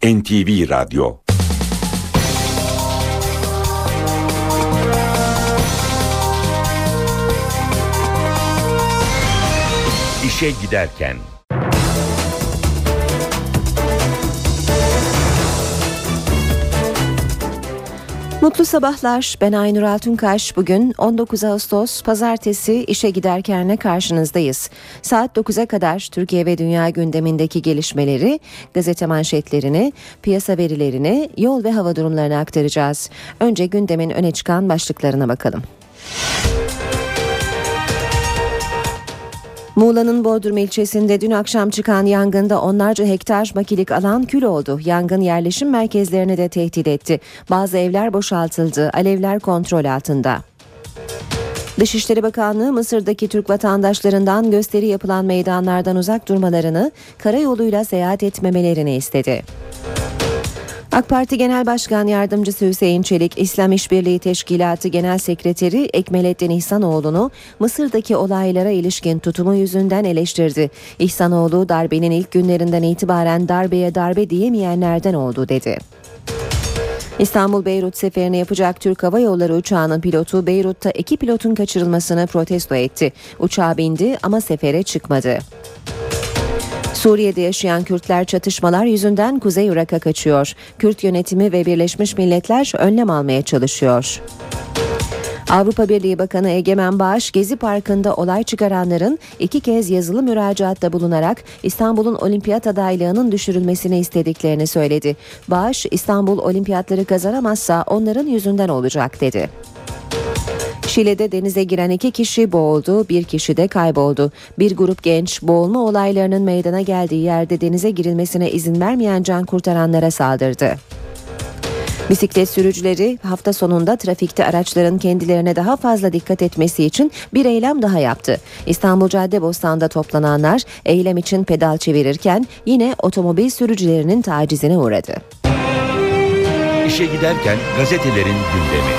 NTV Radyo. İşe giderken. Mutlu sabahlar. Ben Aynur Altunkaş. Bugün 19 Ağustos Pazartesi işe giderkenle karşınızdayız. Saat 9'a kadar Türkiye ve dünya gündemindeki gelişmeleri, gazete manşetlerini, piyasa verilerini, yol ve hava durumlarını aktaracağız. Önce gündemin öne çıkan başlıklarına bakalım. Muğla'nın Bodrum ilçesinde dün akşam çıkan yangında onlarca hektar makilik alan kül oldu. Yangın yerleşim merkezlerini de tehdit etti. Bazı evler boşaltıldı, alevler kontrol altında. Dışişleri Bakanlığı Mısır'daki Türk vatandaşlarından gösteri yapılan meydanlardan uzak durmalarını, karayoluyla seyahat etmemelerini istedi. AK Parti Genel Başkan Yardımcısı Hüseyin Çelik, İslam İşbirliği Teşkilatı Genel Sekreteri Ekmelettin İhsanoğlu'nu Mısır'daki olaylara ilişkin tutumu yüzünden eleştirdi. İhsanoğlu, darbenin ilk günlerinden itibaren darbeye darbe diyemeyenlerden oldu dedi. İstanbul-Beyrut seferini yapacak Türk Hava Yolları uçağının pilotu Beyrut'ta 2 pilotun kaçırılmasını protesto etti. Uçağa bindi ama sefere çıkmadı. Suriye'de yaşayan Kürtler çatışmalar yüzünden Kuzey Irak'a kaçıyor. Kürt yönetimi ve Birleşmiş Milletler önlem almaya çalışıyor. Avrupa Birliği Bakanı Egemen Bağış, Gezi Parkı'nda olay çıkaranların 2 kez yazılı müracaatta bulunarak İstanbul'un olimpiyat adaylığının düşürülmesini istediklerini söyledi. Bağış, İstanbul olimpiyatları kazanamazsa onların yüzünden olacak dedi. Şile'de denize giren 2 kişi boğuldu, 1 kişi de kayboldu. Bir grup genç boğulma olaylarının meydana geldiği yerde denize girilmesine izin vermeyen can kurtaranlara saldırdı. Bisiklet sürücüleri hafta sonunda trafikte araçların kendilerine daha fazla dikkat etmesi için bir eylem daha yaptı. İstanbul Caddebostan'da toplananlar eylem için pedal çevirirken yine otomobil sürücülerinin tacizine uğradı. İşe giderken gazetelerin gündemi.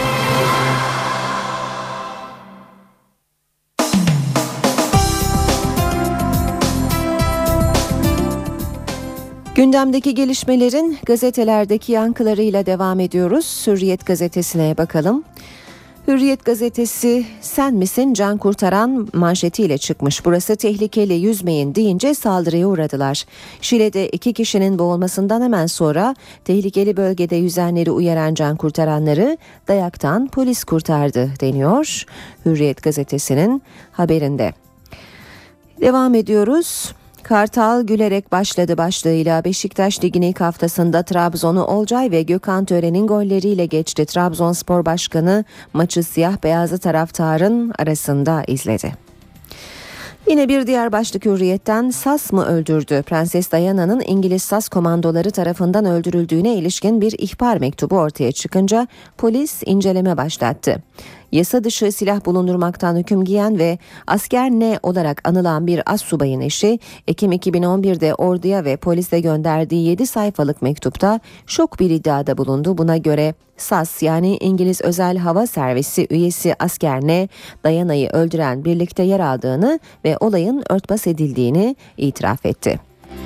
Gündemdeki gelişmelerin gazetelerdeki yankılarıyla devam ediyoruz. Hürriyet gazetesine bakalım. Hürriyet gazetesi "Sen misin can kurtaran?" manşetiyle çıkmış. Burası tehlikeli, yüzmeyin deyince saldırıya uğradılar. Şile'de 2 kişinin boğulmasından hemen sonra tehlikeli bölgede yüzenleri uyaran can kurtaranları dayaktan polis kurtardı deniyor Hürriyet gazetesinin haberinde. Devam ediyoruz. Kartal gülerek başladı başlığıyla Beşiktaş Ligi'nin ilk haftasında Trabzon'u Olcay ve Gökhan Tören'in golleriyle geçti. Trabzonspor Başkanı maçı siyah beyazlı taraftarın arasında izledi. Yine bir diğer başlık Hürriyet'ten "Sas mı öldürdü?" Prenses Diana'nın İngiliz Sas komandoları tarafından öldürüldüğüne ilişkin bir ihbar mektubu ortaya çıkınca polis inceleme başlattı. Yasa dışı silah bulundurmaktan hüküm giyen ve asker N olarak anılan bir astsubayın eşi, Ekim 2011'de orduya ve polise gönderdiği 7 sayfalık mektupta şok bir iddiada bulundu. Buna göre SAS yani İngiliz Özel Hava Servisi üyesi asker N, Diana'yı öldüren birlikte yer aldığını ve olayın örtbas edildiğini itiraf etti.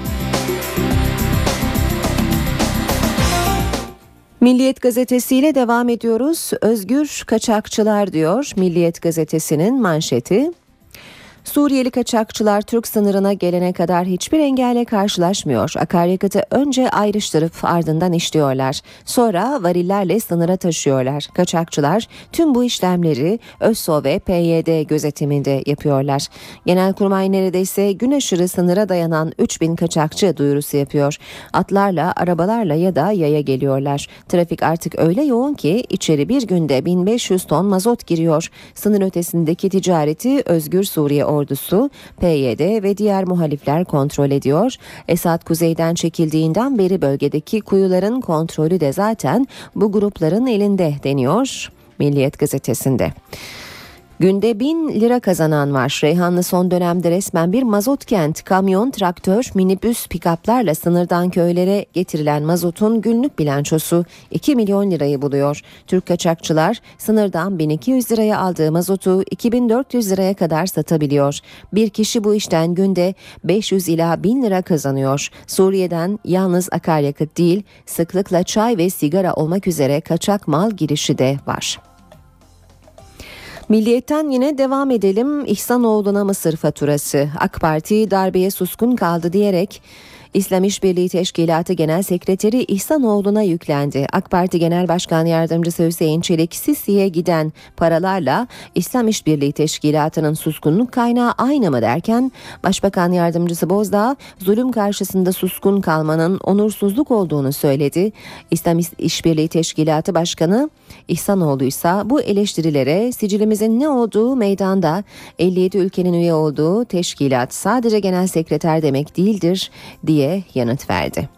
Milliyet gazetesiyle devam ediyoruz. Özgür kaçakçılar diyor Milliyet gazetesinin manşeti. Suriyeli kaçakçılar Türk sınırına gelene kadar hiçbir engelle karşılaşmıyor. Akaryakıtı önce ayrıştırıp ardından işliyorlar. Sonra varillerle sınıra taşıyorlar. Kaçakçılar tüm bu işlemleri ÖSO ve PYD gözetiminde yapıyorlar. Genelkurmay neredeyse gün aşırı sınıra dayanan 3000 kaçakçı duyurusu yapıyor. Atlarla, arabalarla ya da yaya geliyorlar. Trafik artık öyle yoğun ki içeri bir günde 1500 ton mazot giriyor. Sınır ötesindeki ticareti Özgür Suriye ordusu, PYD ve diğer muhalifler kontrol ediyor. Esad kuzeyden çekildiğinden beri bölgedeki kuyuların kontrolü de zaten bu grupların elinde deniyor Milliyet gazetesinde. Günde 1000 lira kazanan var. Reyhanlı son dönemde resmen bir mazot kent. Kamyon, traktör, minibüs, pikaplarla sınırdan köylere getirilen mazotun günlük bilançosu 2 milyon lirayı buluyor. Türk kaçakçılar sınırdan 1200 liraya aldığı mazotu 2400 liraya kadar satabiliyor. Bir kişi bu işten günde 500 ila 1000 lira kazanıyor. Suriye'den yalnız akaryakıt değil, sıklıkla çay ve sigara olmak üzere kaçak mal girişi de var. Milliyet'ten yine devam edelim. İhsanoğlu'na Mısır faturası. AK Parti darbeye suskun kaldı diyerek İslam İşbirliği Teşkilatı Genel Sekreteri İhsanoğlu'na yüklendi. AK Parti Genel Başkan Yardımcısı Hüseyin Çelik, Sisi'ye giden paralarla İslam İşbirliği Teşkilatı'nın suskunluk kaynağı aynı mı derken, Başbakan Yardımcısı Bozdağ, zulüm karşısında suskun kalmanın onursuzluk olduğunu söyledi. İslam İşbirliği Teşkilatı Başkanı İhsanoğlu ise bu eleştirilere sicilimizin ne olduğu meydanda, 57 ülkenin üye olduğu teşkilat sadece genel sekreter demek değildir diye yanıt verdi.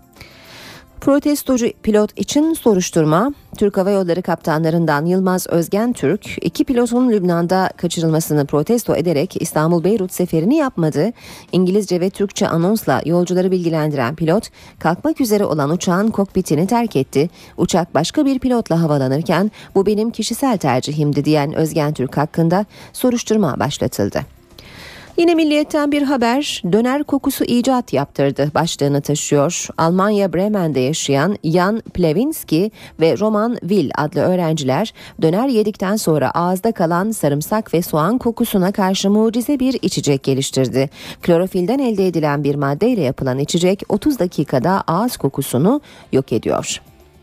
Protestocu pilot için soruşturma. Türk Hava Yolları kaptanlarından Yılmaz Özgen Türk, 2 pilotun Lübnan'da kaçırılmasını protesto ederek İstanbul-Beyrut seferini yapmadı. İngilizce ve Türkçe anonsla yolcuları bilgilendiren pilot, kalkmak üzere olan uçağın kokpitini terk etti. Uçak başka bir pilotla havalanırken bu benim kişisel tercihimdi diyen Özgen Türk hakkında soruşturma başlatıldı. Yine Milliyet'ten bir haber, döner kokusu icat yaptırdı başlığını taşıyor. Almanya Bremen'de yaşayan Jan Plewinski ve Roman Will adlı öğrenciler döner yedikten sonra ağızda kalan sarımsak ve soğan kokusuna karşı mucize bir içecek geliştirdi. Klorofilden elde edilen bir maddeyle yapılan içecek 30 dakikada ağız kokusunu yok ediyor.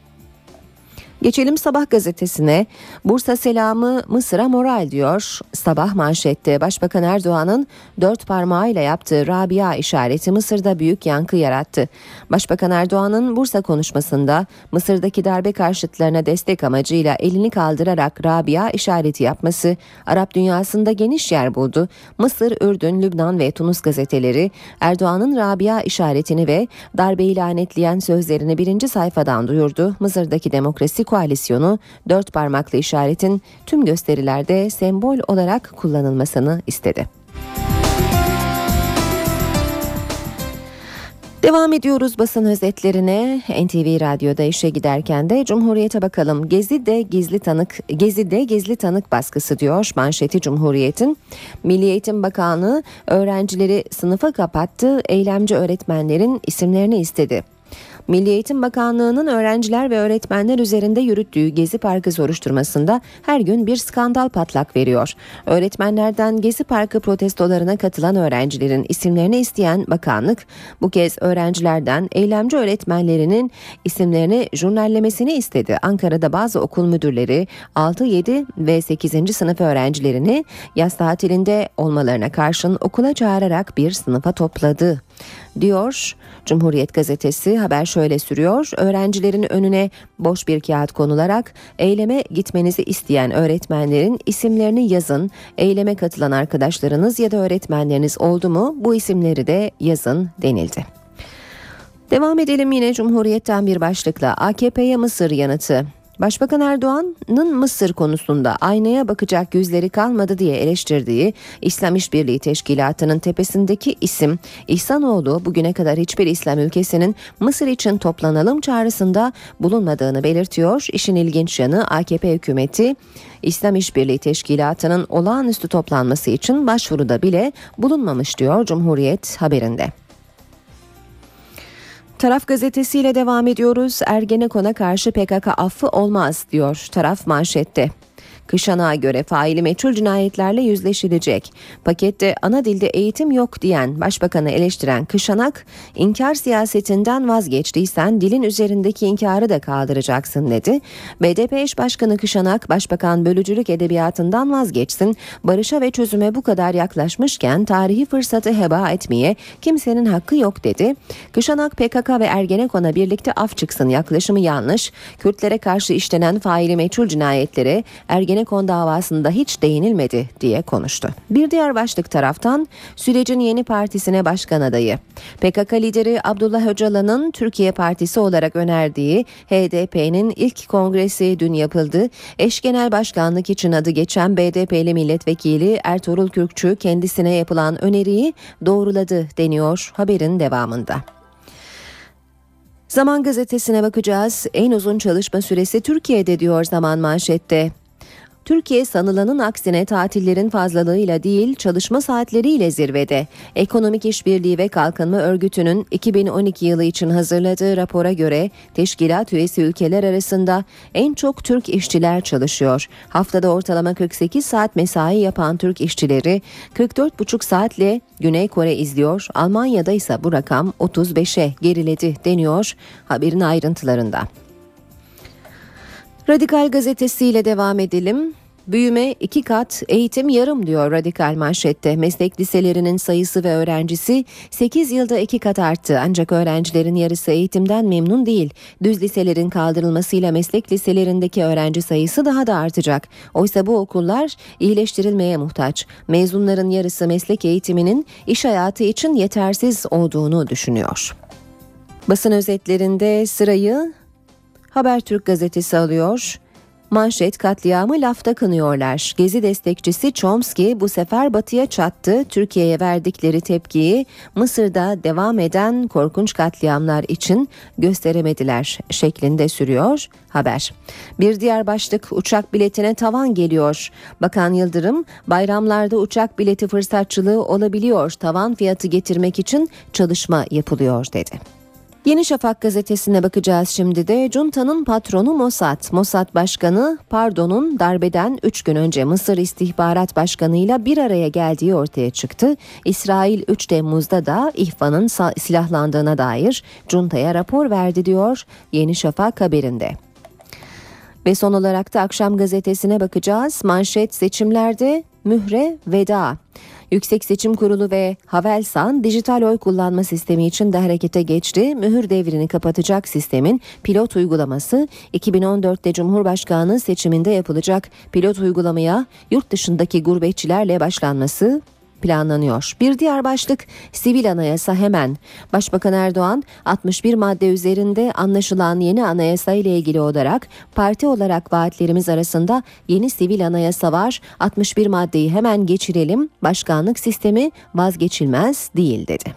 Geçelim Sabah gazetesine. Bursa selamı Mısır'a moral diyor. Sabah manşette Başbakan Erdoğan'ın 4 parmağıyla yaptığı Rabia işareti Mısır'da büyük yankı yarattı. Başbakan Erdoğan'ın Bursa konuşmasında Mısır'daki darbe karşıtlarına destek amacıyla elini kaldırarak Rabia işareti yapması Arap dünyasında geniş yer buldu. Mısır, Ürdün, Lübnan ve Tunus gazeteleri Erdoğan'ın Rabia işaretini ve darbeyi lanetleyen sözlerini 1. sayfadan duyurdu. Mısır'daki demokrasi koalisyonu 4 parmaklı işaretin tüm gösterilerde sembol olarak kullanılmasını istedi. Devam ediyoruz basın özetlerine. NTV Radyo'da işe giderken de Cumhuriyet'e bakalım. Gezi'de gizli tanık baskısı diyor manşeti Cumhuriyet'in. Milli Eğitim Bakanlığı öğrencileri sınıfa kapattı, eylemci öğretmenlerin isimlerini istedi. Milli Eğitim Bakanlığı'nın öğrenciler ve öğretmenler üzerinde yürüttüğü Gezi Parkı soruşturmasında her gün bir skandal patlak veriyor. Öğretmenlerden Gezi Parkı protestolarına katılan öğrencilerin isimlerini isteyen bakanlık, bu kez öğrencilerden eylemci öğretmenlerinin isimlerini jurnallemesini istedi. Ankara'da bazı okul müdürleri 6, 7 ve 8. sınıf öğrencilerini yaz tatilinde olmalarına karşın okula çağırarak bir sınıfa topladı diyor Cumhuriyet gazetesi. Haber şöyle sürüyor: öğrencilerin önüne boş bir kağıt konularak eyleme gitmenizi isteyen öğretmenlerin isimlerini yazın. Eyleme katılan arkadaşlarınız ya da öğretmenleriniz oldu mu? Bu isimleri de yazın denildi. Devam edelim yine Cumhuriyet'ten bir başlıkla. AKP'ye Mısır yanıtı. Başbakan Erdoğan'ın Mısır konusunda aynaya bakacak yüzleri kalmadı diye eleştirdiği İslam İşbirliği Teşkilatı'nın tepesindeki isim İhsanoğlu bugüne kadar hiçbir İslam ülkesinin Mısır için toplanalım çağrısında bulunmadığını belirtiyor. İşin ilginç yanı AKP hükümeti İslam İşbirliği Teşkilatı'nın olağanüstü toplanması için başvuruda bile bulunmamış diyor Cumhuriyet haberinde. Taraf gazetesiyle devam ediyoruz. Ergenekon'a karşı PKK affı olmaz diyor Taraf manşette. Kışanak'a göre faili meçhul cinayetlerle yüzleşilecek. Pakette ana dilde eğitim yok diyen Başbakan'ı eleştiren Kışanak, inkar siyasetinden vazgeçtiysen dilin üzerindeki inkarı da kaldıracaksın dedi. BDP eş başkanı Kışanak, Başbakan bölücülük edebiyatından vazgeçsin, barışa ve çözüme bu kadar yaklaşmışken tarihi fırsatı heba etmeye kimsenin hakkı yok dedi. Kışanak, PKK ve Ergenekon'a birlikte af çıksın yaklaşımı yanlış. Kürtlere karşı işlenen faili meçhul cinayetlere Ergenekon Ergenekon davasında hiç değinilmedi diye konuştu. Bir diğer başlık taraftan sürecin yeni partisine başkan adayı. PKK lideri Abdullah Öcalan'ın Türkiye Partisi olarak önerdiği HDP'nin ilk kongresi dün yapıldı. Eş genel başkanlık için adı geçen BDP'li milletvekili Ertuğrul Kürkçü kendisine yapılan öneriyi doğruladı deniyor haberin devamında. Zaman gazetesine bakacağız. En uzun çalışma süresi Türkiye'de diyor Zaman manşette. Türkiye sanılanın aksine tatillerin fazlalığıyla değil çalışma saatleriyle zirvede. Ekonomik İşbirliği ve Kalkınma Örgütü'nün 2012 yılı için hazırladığı rapora göre teşkilat üyesi ülkeler arasında en çok Türk işçiler çalışıyor. Haftada ortalama 48 saat mesai yapan Türk işçileri 44,5 saatle Güney Kore izliyor. Almanya'da ise bu rakam 35'e geriledi deniyor haberin ayrıntılarında. Radikal gazetesiyle devam edelim. Büyüme 2 kat, eğitim yarım diyor Radikal manşette. Meslek liselerinin sayısı ve öğrencisi 8 yılda 2 kat arttı. Ancak öğrencilerin yarısı eğitimden memnun değil. Düz liselerin kaldırılmasıyla meslek liselerindeki öğrenci sayısı daha da artacak. Oysa bu okullar iyileştirilmeye muhtaç. Mezunların yarısı meslek eğitiminin iş hayatı için yetersiz olduğunu düşünüyor. Basın özetlerinde sırayı Habertürk gazetesi alıyor. Manşet katliamı lafta kınıyorlar. Gezi destekçisi Chomsky bu sefer Batı'ya çattı. Türkiye'ye verdikleri tepkiyi Mısır'da devam eden korkunç katliamlar için gösteremediler şeklinde sürüyor haber. Bir diğer başlık uçak biletine tavan geliyor. Bakan Yıldırım bayramlarda uçak bileti fırsatçılığı olabiliyor. Tavan fiyatı getirmek için çalışma yapılıyor dedi. Yeni Şafak gazetesine bakacağız şimdi de. Cunta'nın patronu Mossad. Mossad Başkanı Pardon'un darbeden 3 gün önce Mısır İstihbarat Başkanı'yla bir araya geldiği ortaya çıktı. İsrail 3 Temmuz'da da İhvan'ın silahlandığına dair Cunta'ya rapor verdi diyor Yeni Şafak haberinde. Ve son olarak da Akşam gazetesine bakacağız. Manşet seçimlerde mühre veda. Yüksek Seçim Kurulu ve Havelsan dijital oy kullanma sistemi için de harekete geçti. Mühür devrini kapatacak sistemin pilot uygulaması 2014'te Cumhurbaşkanı seçiminde yapılacak. Pilot uygulamaya yurt dışındaki gurbetçilerle başlanması planlanıyor. Bir diğer başlık sivil anayasa hemen. Başbakan Erdoğan 61 madde üzerinde anlaşılan yeni anayasa ile ilgili olarak parti olarak vaatlerimiz arasında yeni sivil anayasa var. 61 maddeyi hemen geçirelim. Başkanlık sistemi vazgeçilmez değil dedi.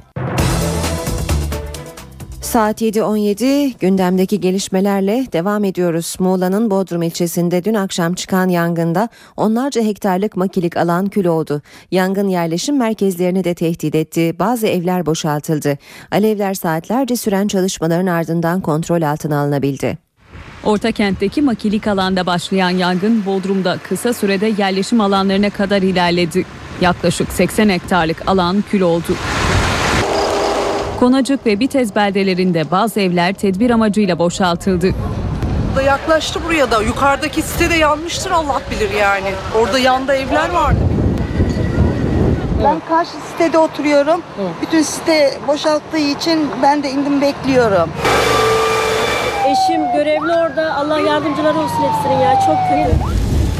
Saat 7.17 gündemdeki gelişmelerle devam ediyoruz. Muğla'nın Bodrum ilçesinde dün akşam çıkan yangında onlarca hektarlık makilik alan kül oldu. Yangın yerleşim merkezlerini de tehdit etti. Bazı evler boşaltıldı. Alevler saatlerce süren çalışmaların ardından kontrol altına alınabildi. Ortakent'teki makilik alanda başlayan yangın Bodrum'da kısa sürede yerleşim alanlarına kadar ilerledi. Yaklaşık 80 hektarlık alan kül oldu. Konacık ve Bitez beldelerinde bazı evler tedbir amacıyla boşaltıldı. Yaklaştı buraya da. Yukarıdaki sitede yanmıştır Allah bilir yani. Orada yanda evler vardı. Ben karşı sitede oturuyorum. Bütün site boşalttığı için ben de indim bekliyorum. Eşim görevli orada. Allah yardımcıları olsun hepsinin ya. Çok kötü.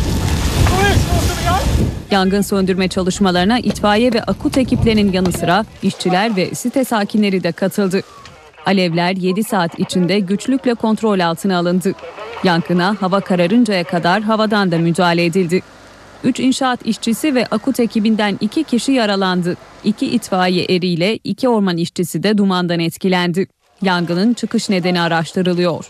Yangın söndürme çalışmalarına itfaiye ve akut ekiplerinin yanı sıra işçiler ve site sakinleri de katıldı. Alevler 7 saat içinde güçlükle kontrol altına alındı. Yangına hava kararıncaya kadar havadan da müdahale edildi. 3 inşaat işçisi ve akut ekibinden 2 kişi yaralandı. 2 itfaiye eriyle 2 orman işçisi de dumandan etkilendi. Yangının çıkış nedeni araştırılıyor.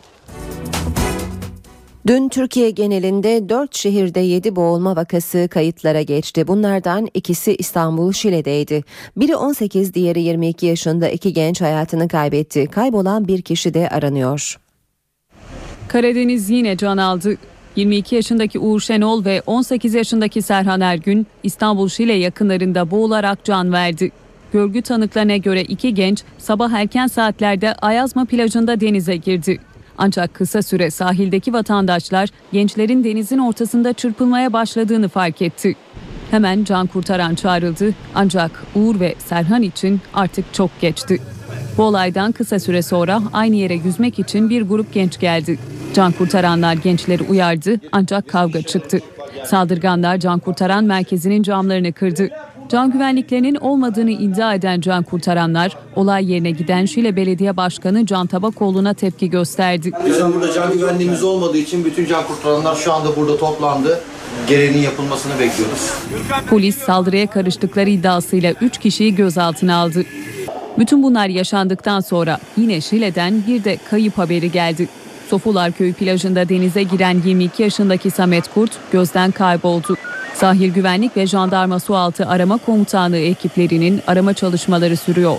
Dün Türkiye genelinde 4 şehirde 7 boğulma vakası kayıtlara geçti. Bunlardan ikisi İstanbul Şile'deydi. Biri 18, diğeri 22 yaşında 2 genç hayatını kaybetti. Kaybolan bir kişi de aranıyor. Karadeniz yine can aldı. 22 yaşındaki Uğur Şenol ve 18 yaşındaki Serhan Ergün İstanbul Şile yakınlarında boğularak can verdi. Görgü tanıklarına göre 2 genç sabah erken saatlerde Ayazma plajında denize girdi. Ancak kısa süre sahildeki vatandaşlar gençlerin denizin ortasında çırpılmaya başladığını fark etti. Hemen can kurtaran çağrıldı ancak Uğur ve Serhan için artık çok geçti. Bu olaydan kısa süre sonra aynı yere yüzmek için bir grup genç geldi. Can kurtaranlar gençleri uyardı ancak kavga çıktı. Saldırganlar can kurtaran merkezinin camlarını kırdı. Can güvenliklerinin olmadığını iddia eden can kurtaranlar olay yerine giden Şile Belediye Başkanı Can Tabakoğlu'na tepki gösterdi. Bizim burada can güvenliğimiz olmadığı için bütün can kurtaranlar şu anda burada toplandı. Gereğinin yapılmasını bekliyoruz. Polis saldırıya karıştıkları iddiasıyla 3 kişiyi gözaltına aldı. Bütün bunlar yaşandıktan sonra yine Şile'den bir de kayıp haberi geldi. Sofular Köyü plajında denize giren 22 yaşındaki Samet Kurt gözden kayboldu. Sahil Güvenlik ve Jandarma Sualtı Arama Komutanlığı ekiplerinin arama çalışmaları sürüyor.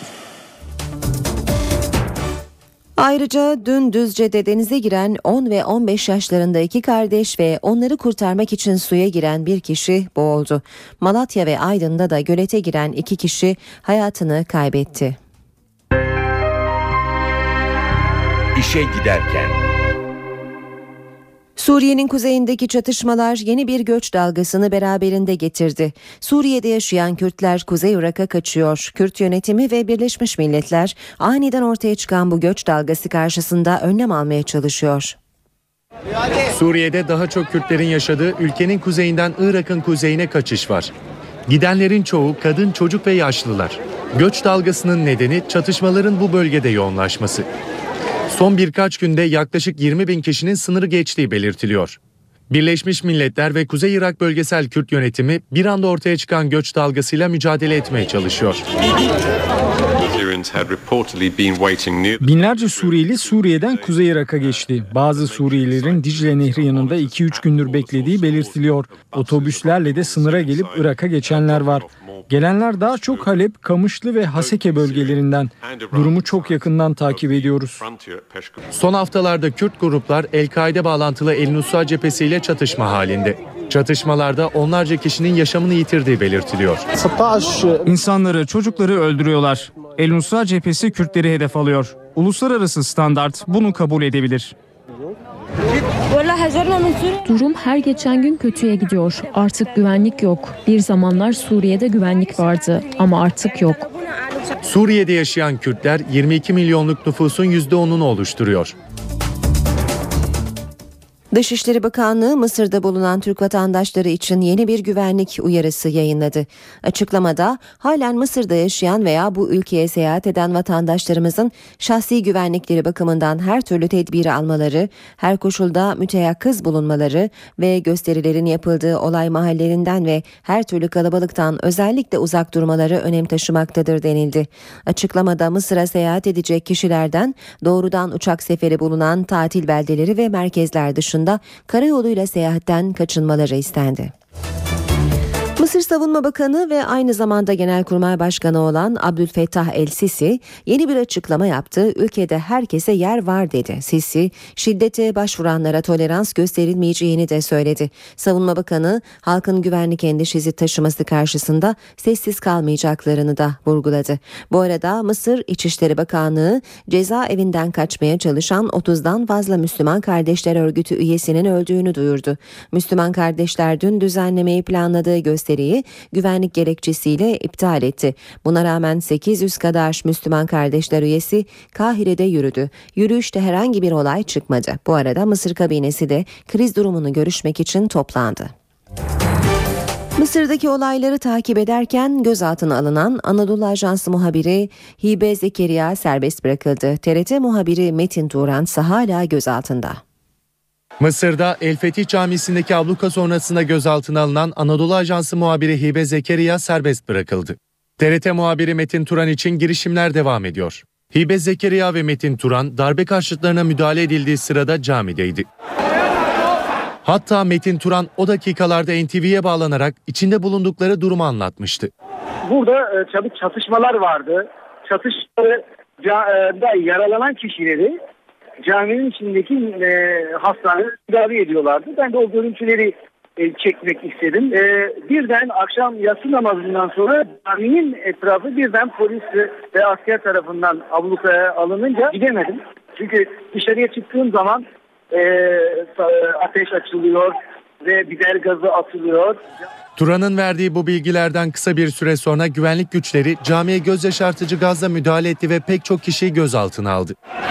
Ayrıca dün Düzce'de denize giren 10 ve 15 yaşlarında 2 kardeş ve onları kurtarmak için suya giren bir kişi boğuldu. Malatya ve Aydın'da da gölete giren 2 kişi hayatını kaybetti. İşe giderken. Suriye'nin kuzeyindeki çatışmalar yeni bir göç dalgasını beraberinde getirdi. Suriye'de yaşayan Kürtler Kuzey Irak'a kaçıyor. Kürt yönetimi ve Birleşmiş Milletler aniden ortaya çıkan bu göç dalgası karşısında önlem almaya çalışıyor. Suriye'de daha çok Kürtlerin yaşadığı ülkenin kuzeyinden Irak'ın kuzeyine kaçış var. Gidenlerin çoğu kadın, çocuk ve yaşlılar. Göç dalgasının nedeni çatışmaların bu bölgede yoğunlaşması. Son birkaç günde yaklaşık 20 bin kişinin sınırı geçtiği belirtiliyor. Birleşmiş Milletler ve Kuzey Irak Bölgesel Kürt Yönetimi bir anda ortaya çıkan göç dalgasıyla mücadele etmeye çalışıyor. Binlerce Suriyeli Suriye'den Kuzey Irak'a geçti. Bazı Suriyelilerin Dicle Nehri yanında 2-3 gündür beklediği belirtiliyor. Otobüslerle de sınıra gelip Irak'a geçenler var. Gelenler daha çok Halep, Kamışlı ve Haseke bölgelerinden. Durumu çok yakından takip ediyoruz. Son haftalarda Kürt gruplar El-Kaide bağlantılı El-Nusra cephesiyle çatışma halinde. Çatışmalarda onlarca kişinin yaşamını yitirdiği belirtiliyor. İnsanları, çocukları öldürüyorlar. El-Nusra cephesi Kürtleri hedef alıyor. Uluslararası standart bunu kabul edebilir. Durum her geçen gün kötüye gidiyor. Artık güvenlik yok. Bir zamanlar Suriye'de güvenlik vardı ama artık yok. Suriye'de yaşayan Kürtler 22 milyonluk nüfusun %10'unu oluşturuyor. Dışişleri Bakanlığı Mısır'da bulunan Türk vatandaşları için yeni bir güvenlik uyarısı yayınladı. Açıklamada halen Mısır'da yaşayan veya bu ülkeye seyahat eden vatandaşlarımızın şahsi güvenlikleri bakımından her türlü tedbiri almaları, her koşulda müteyakkız bulunmaları ve gösterilerin yapıldığı olay mahallerinden ve her türlü kalabalıktan özellikle uzak durmaları önem taşımaktadır denildi. Açıklamada Mısır'a seyahat edecek kişilerden doğrudan uçak seferi bulunan tatil beldeleri ve merkezler dışında karayoluyla seyahatten kaçınmaları istendi. Mısır Savunma Bakanı ve aynı zamanda Genelkurmay Başkanı olan Abdülfettah El-Sisi yeni bir açıklama yaptı. Ülkede herkese yer var dedi. Sisi, şiddete başvuranlara tolerans gösterilmeyeceğini de söyledi. Savunma Bakanı halkın güvenlik endişesi taşıması karşısında sessiz kalmayacaklarını da vurguladı. Bu arada Mısır İçişleri Bakanlığı cezaevinden kaçmaya çalışan 30'dan fazla Müslüman Kardeşler Örgütü üyesinin öldüğünü duyurdu. Müslüman kardeşler dün düzenlemeyi planladığı gösteriyi güvenlik gerekçesiyle iptal etti. Buna rağmen 800 kadar Müslüman kardeşler üyesi Kahire'de yürüdü. Yürüyüşte herhangi bir olay çıkmadı. Bu arada Mısır kabinesi de kriz durumunu görüşmek için toplandı. Mısır'daki olayları takip ederken gözaltına alınan Anadolu Ajansı muhabiri Hibe Zekeriya serbest bırakıldı. TRT muhabiri Metin Turan ise hala gözaltında. Mısır'da El Fetih Camisi'ndeki abluka sonrasında gözaltına alınan Anadolu Ajansı muhabiri Hibe Zekeriya serbest bırakıldı. TRT muhabiri Metin Turan için girişimler devam ediyor. Hibe Zekeriya ve Metin Turan darbe karşıtlarına müdahale edildiği sırada camideydi. Hatta Metin Turan o dakikalarda NTV'ye bağlanarak içinde bulundukları durumu anlatmıştı. Burada çatışmalar vardı. Çatışmalarda yaralanan kişileri caminin içindeki hastaneye tedavi ediyorlardı. Ben de o görüntüleri çekmek istedim. Birden akşam yatsı namazından sonra caminin etrafı birden polis ve asker tarafından ablukaya alınınca gidemedim. Çünkü dışarıya çıktığım zaman ateş açılıyor ve biber gazı atılıyor. Turan'ın verdiği bu bilgilerden kısa bir süre sonra güvenlik güçleri camiye göz yaşartıcı gazla müdahale etti ve pek çok kişiyi gözaltına aldı.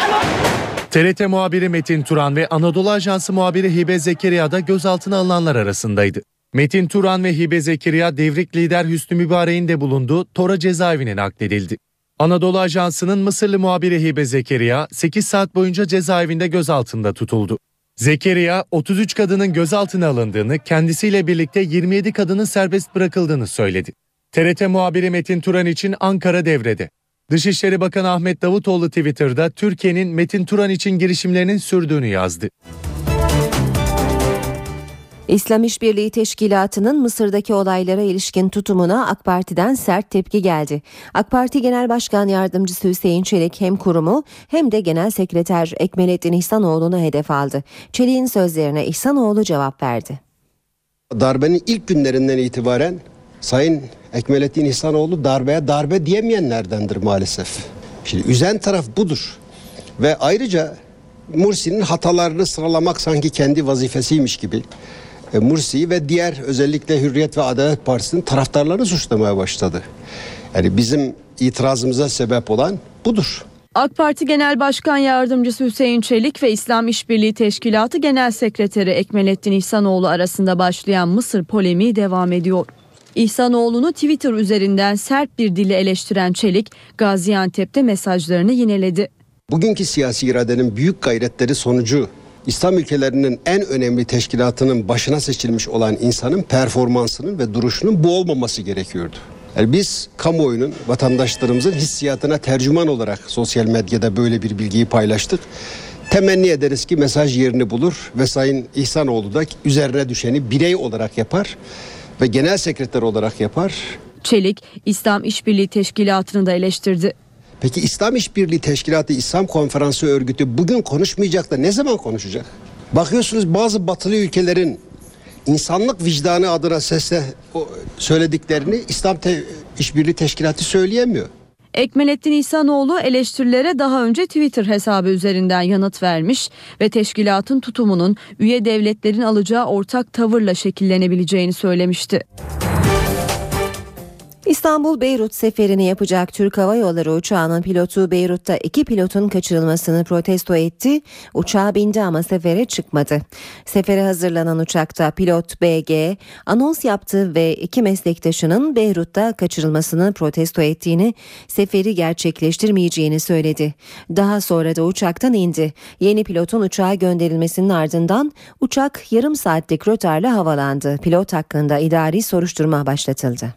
TRT muhabiri Metin Turan ve Anadolu Ajansı muhabiri Hibe Zekeriya da gözaltına alınanlar arasındaydı. Metin Turan ve Hibe Zekeriya devrik lider Hüsnü Mübarek'in de bulunduğu Tora cezaevine nakledildi. Anadolu Ajansı'nın Mısırlı muhabiri Hibe Zekeriya 8 saat boyunca cezaevinde gözaltında tutuldu. Zekeriya 33 kadının gözaltına alındığını, kendisiyle birlikte 27 kadının serbest bırakıldığını söyledi. TRT muhabiri Metin Turan için Ankara devrede. Dışişleri Bakanı Ahmet Davutoğlu Twitter'da Türkiye'nin Metin Turan için girişimlerinin sürdüğünü yazdı. İslam İşbirliği Teşkilatı'nın Mısır'daki olaylara ilişkin tutumuna AK Parti'den sert tepki geldi. AK Parti Genel Başkan Yardımcısı Hüseyin Çelik hem kurumu hem de Genel Sekreter Ekmelettin İhsanoğlu'nu hedef aldı. Çelik'in sözlerine İhsanoğlu cevap verdi. Darbenin ilk günlerinden itibaren Sayın Ekmelettin İhsanoğlu darbeye darbe diyemeyenlerdendir maalesef. Şimdi üzen taraf budur. Ve ayrıca Mursi'nin hatalarını sıralamak sanki kendi vazifesiymiş gibi Mursi'yi ve diğer özellikle Hürriyet ve Adalet Partisi'nin taraftarlarını suçlamaya başladı. Yani bizim itirazımıza sebep olan budur. AK Parti Genel Başkan Yardımcısı Hüseyin Çelik ve İslam İşbirliği Teşkilatı Genel Sekreteri Ekmelettin İhsanoğlu arasında başlayan Mısır polemiği devam ediyor. İhsanoğlu'nu Twitter üzerinden sert bir dille eleştiren Çelik, Gaziantep'te mesajlarını yineledi. Bugünkü siyasi iradenin büyük gayretleri sonucu İslam ülkelerinin en önemli teşkilatının başına seçilmiş olan insanın performansının ve duruşunun bu olmaması gerekiyordu. Yani biz kamuoyunun, vatandaşlarımızın hissiyatına tercüman olarak sosyal medyada böyle bir bilgiyi paylaştık. Temenni ederiz ki mesaj yerini bulur ve Sayın İhsanoğlu da üzerine düşeni birey olarak yapar ve genel sekreter olarak yapar. Çelik, İslam İşbirliği Teşkilatı'nı da eleştirdi. Peki İslam İşbirliği Teşkilatı, İslam Konferansı Örgütü bugün konuşmayacak da ne zaman konuşacak? Bakıyorsunuz bazı batılı ülkelerin insanlık vicdanı adına söylediklerini İslam İşbirliği Teşkilatı söyleyemiyor. Ekmelettin İhsanoğlu eleştirilere daha önce Twitter hesabı üzerinden yanıt vermiş ve teşkilatın tutumunun üye devletlerin alacağı ortak tavırla şekillenebileceğini söylemişti. İstanbul-Beyrut seferini yapacak Türk Hava Yolları uçağının pilotu Beyrut'ta 2 pilotun kaçırılmasını protesto etti. Uçağa bindi ama sefere çıkmadı. Sefere hazırlanan uçakta pilot BG anons yaptı ve 2 meslektaşının Beyrut'ta kaçırılmasını protesto ettiğini, seferi gerçekleştirmeyeceğini söyledi. Daha sonra da uçaktan indi. Yeni pilotun uçağa gönderilmesinin ardından uçak yarım saatlik rötarla havalandı. Pilot hakkında idari soruşturma başlatıldı.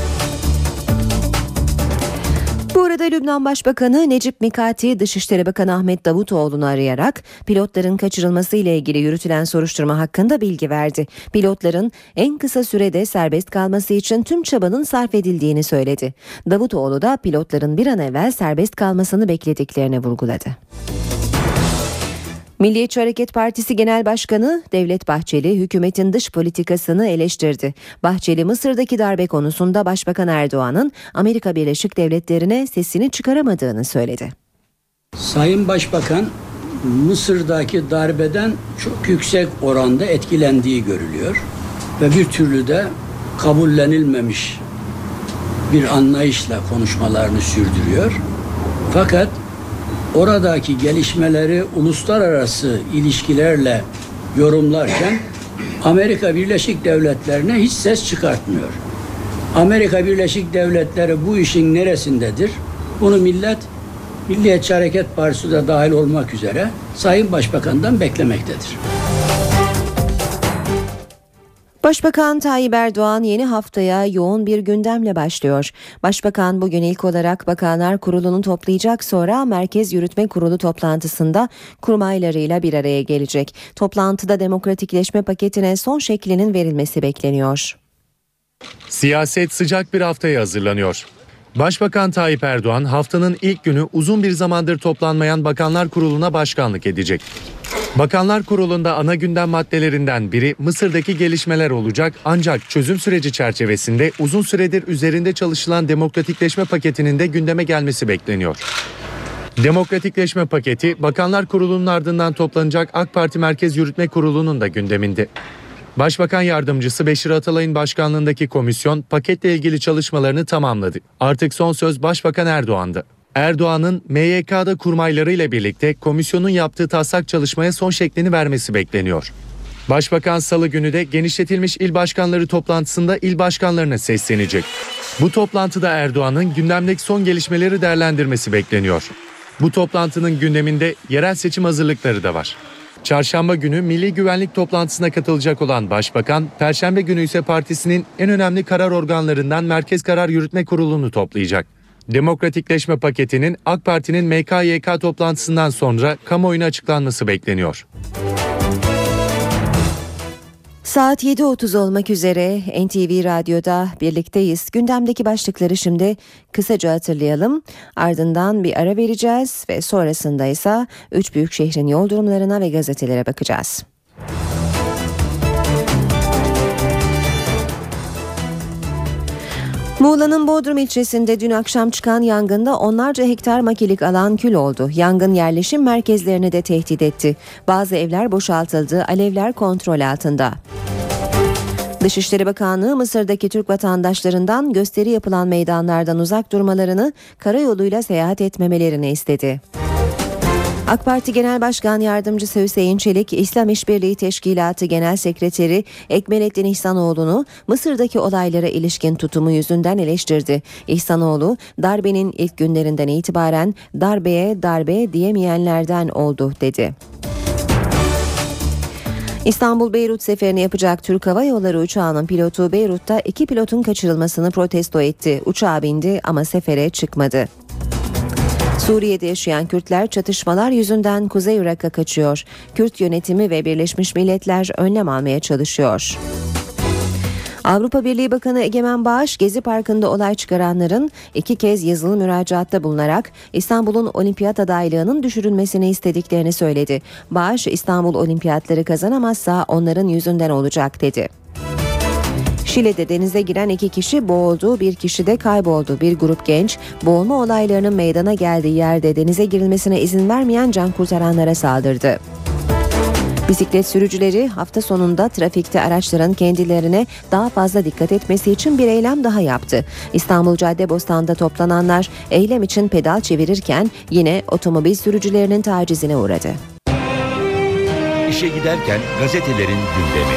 Bu arada Lübnan Başbakanı Necip Mikati, Dışişleri Bakanı Ahmet Davutoğlu'nu arayarak pilotların kaçırılması ile ilgili yürütülen soruşturma hakkında bilgi verdi. Pilotların en kısa sürede serbest kalması için tüm çabanın sarf edildiğini söyledi. Davutoğlu da pilotların bir an evvel serbest kalmasını beklediklerini vurguladı. Milliyetçi Hareket Partisi Genel Başkanı Devlet Bahçeli hükümetin dış politikasını eleştirdi. Bahçeli Mısır'daki darbe konusunda Başbakan Erdoğan'ın Amerika Birleşik Devletleri'ne sesini çıkaramadığını söyledi. Sayın Başbakan Mısır'daki darbeden çok yüksek oranda etkilendiği görülüyor ve bir türlü de kabullenilmemiş bir anlayışla konuşmalarını sürdürüyor. Fakat oradaki gelişmeleri uluslararası ilişkilerle yorumlarken Amerika Birleşik Devletleri'ne hiç ses çıkartmıyor. Amerika Birleşik Devletleri bu işin neresindedir? Bunu Milliyetçi Hareket Partisi de dahil olmak üzere Sayın Başbakan'dan beklemektedir. Başbakan Tayyip Erdoğan yeni haftaya yoğun bir gündemle başlıyor. Başbakan bugün ilk olarak Bakanlar Kurulu'nu toplayacak, sonra Merkez Yürütme Kurulu toplantısında kurmaylarıyla bir araya gelecek. Toplantıda demokratikleşme paketine son şeklinin verilmesi bekleniyor. Siyaset sıcak bir haftaya hazırlanıyor. Başbakan Tayyip Erdoğan haftanın ilk günü uzun bir zamandır toplanmayan Bakanlar Kurulu'na başkanlık edecek. Bakanlar Kurulu'nda ana gündem maddelerinden biri Mısır'daki gelişmeler olacak, ancak çözüm süreci çerçevesinde uzun süredir üzerinde çalışılan demokratikleşme paketinin de gündeme gelmesi bekleniyor. Demokratikleşme paketi Bakanlar Kurulu'nun ardından toplanacak AK Parti Merkez Yürütme Kurulu'nun da gündeminde. Başbakan Yardımcısı Beşir Atalay'ın başkanlığındaki komisyon paketle ilgili çalışmalarını tamamladı. Artık son söz Başbakan Erdoğan'da. Erdoğan'ın MYK'da kurmaylarıyla birlikte komisyonun yaptığı taslak çalışmaya son şeklini vermesi bekleniyor. Başbakan Salı günü de genişletilmiş il başkanları toplantısında il başkanlarına seslenecek. Bu toplantıda Erdoğan'ın gündemdeki son gelişmeleri değerlendirmesi bekleniyor. Bu toplantının gündeminde yerel seçim hazırlıkları da var. Çarşamba günü Milli Güvenlik toplantısına katılacak olan Başbakan, Perşembe günü ise partisinin en önemli karar organlarından Merkez Karar Yürütme Kurulu'nu toplayacak. Demokratikleşme paketinin AK Parti'nin MKYK toplantısından sonra kamuoyuna açıklanması bekleniyor. Saat 7.30 olmak üzere NTV Radyo'da birlikteyiz. Gündemdeki başlıkları şimdi kısaca hatırlayalım. Ardından bir ara vereceğiz ve sonrasında ise 3 büyük şehrin yol durumlarına ve gazetelere bakacağız. Muğla'nın Bodrum ilçesinde dün akşam çıkan yangında onlarca hektar makilik alan kül oldu. Yangın yerleşim merkezlerini de tehdit etti. Bazı evler boşaltıldı, alevler kontrol altında. Dışişleri Bakanlığı Mısır'daki Türk vatandaşlarından gösteri yapılan meydanlardan uzak durmalarını, karayoluyla seyahat etmemelerini istedi. AK Parti Genel Başkan Yardımcısı Hüseyin Çelik, İslam İşbirliği Teşkilatı Genel Sekreteri Ekmelettin İhsanoğlu'nu Mısır'daki olaylara ilişkin tutumu yüzünden eleştirdi. İhsanoğlu, darbenin ilk günlerinden itibaren darbeye darbe diyemeyenlerden oldu dedi. İstanbul-Beyrut seferini yapacak Türk Hava Yolları uçağının pilotu Beyrut'ta 2 pilotun kaçırılmasını protesto etti. Uçağa bindi ama sefere çıkmadı. Suriye'de yaşayan Kürtler çatışmalar yüzünden Kuzey Irak'a kaçıyor. Kürt yönetimi ve Birleşmiş Milletler önlem almaya çalışıyor. Avrupa Birliği Bakanı Egemen Bağış, Gezi Parkı'nda olay çıkaranların 2 kez yazılı müracaatta bulunarak İstanbul'un olimpiyat adaylığının düşürülmesini istediklerini söyledi. Bağış, İstanbul olimpiyatları kazanamazsa onların yüzünden olacak dedi. Şile'de denize giren 2 kişi boğuldu, 1 kişi de kayboldu. Bir grup genç, boğulma olaylarının meydana geldiği yerde denize girilmesine izin vermeyen can kurtaranlara saldırdı. Bisiklet sürücüleri hafta sonunda trafikte araçların kendilerine daha fazla dikkat etmesi için bir eylem daha yaptı. İstanbul Caddebostan'da toplananlar eylem için pedal çevirirken yine otomobil sürücülerinin tacizine uğradı. İşe giderken gazetelerin gündemi.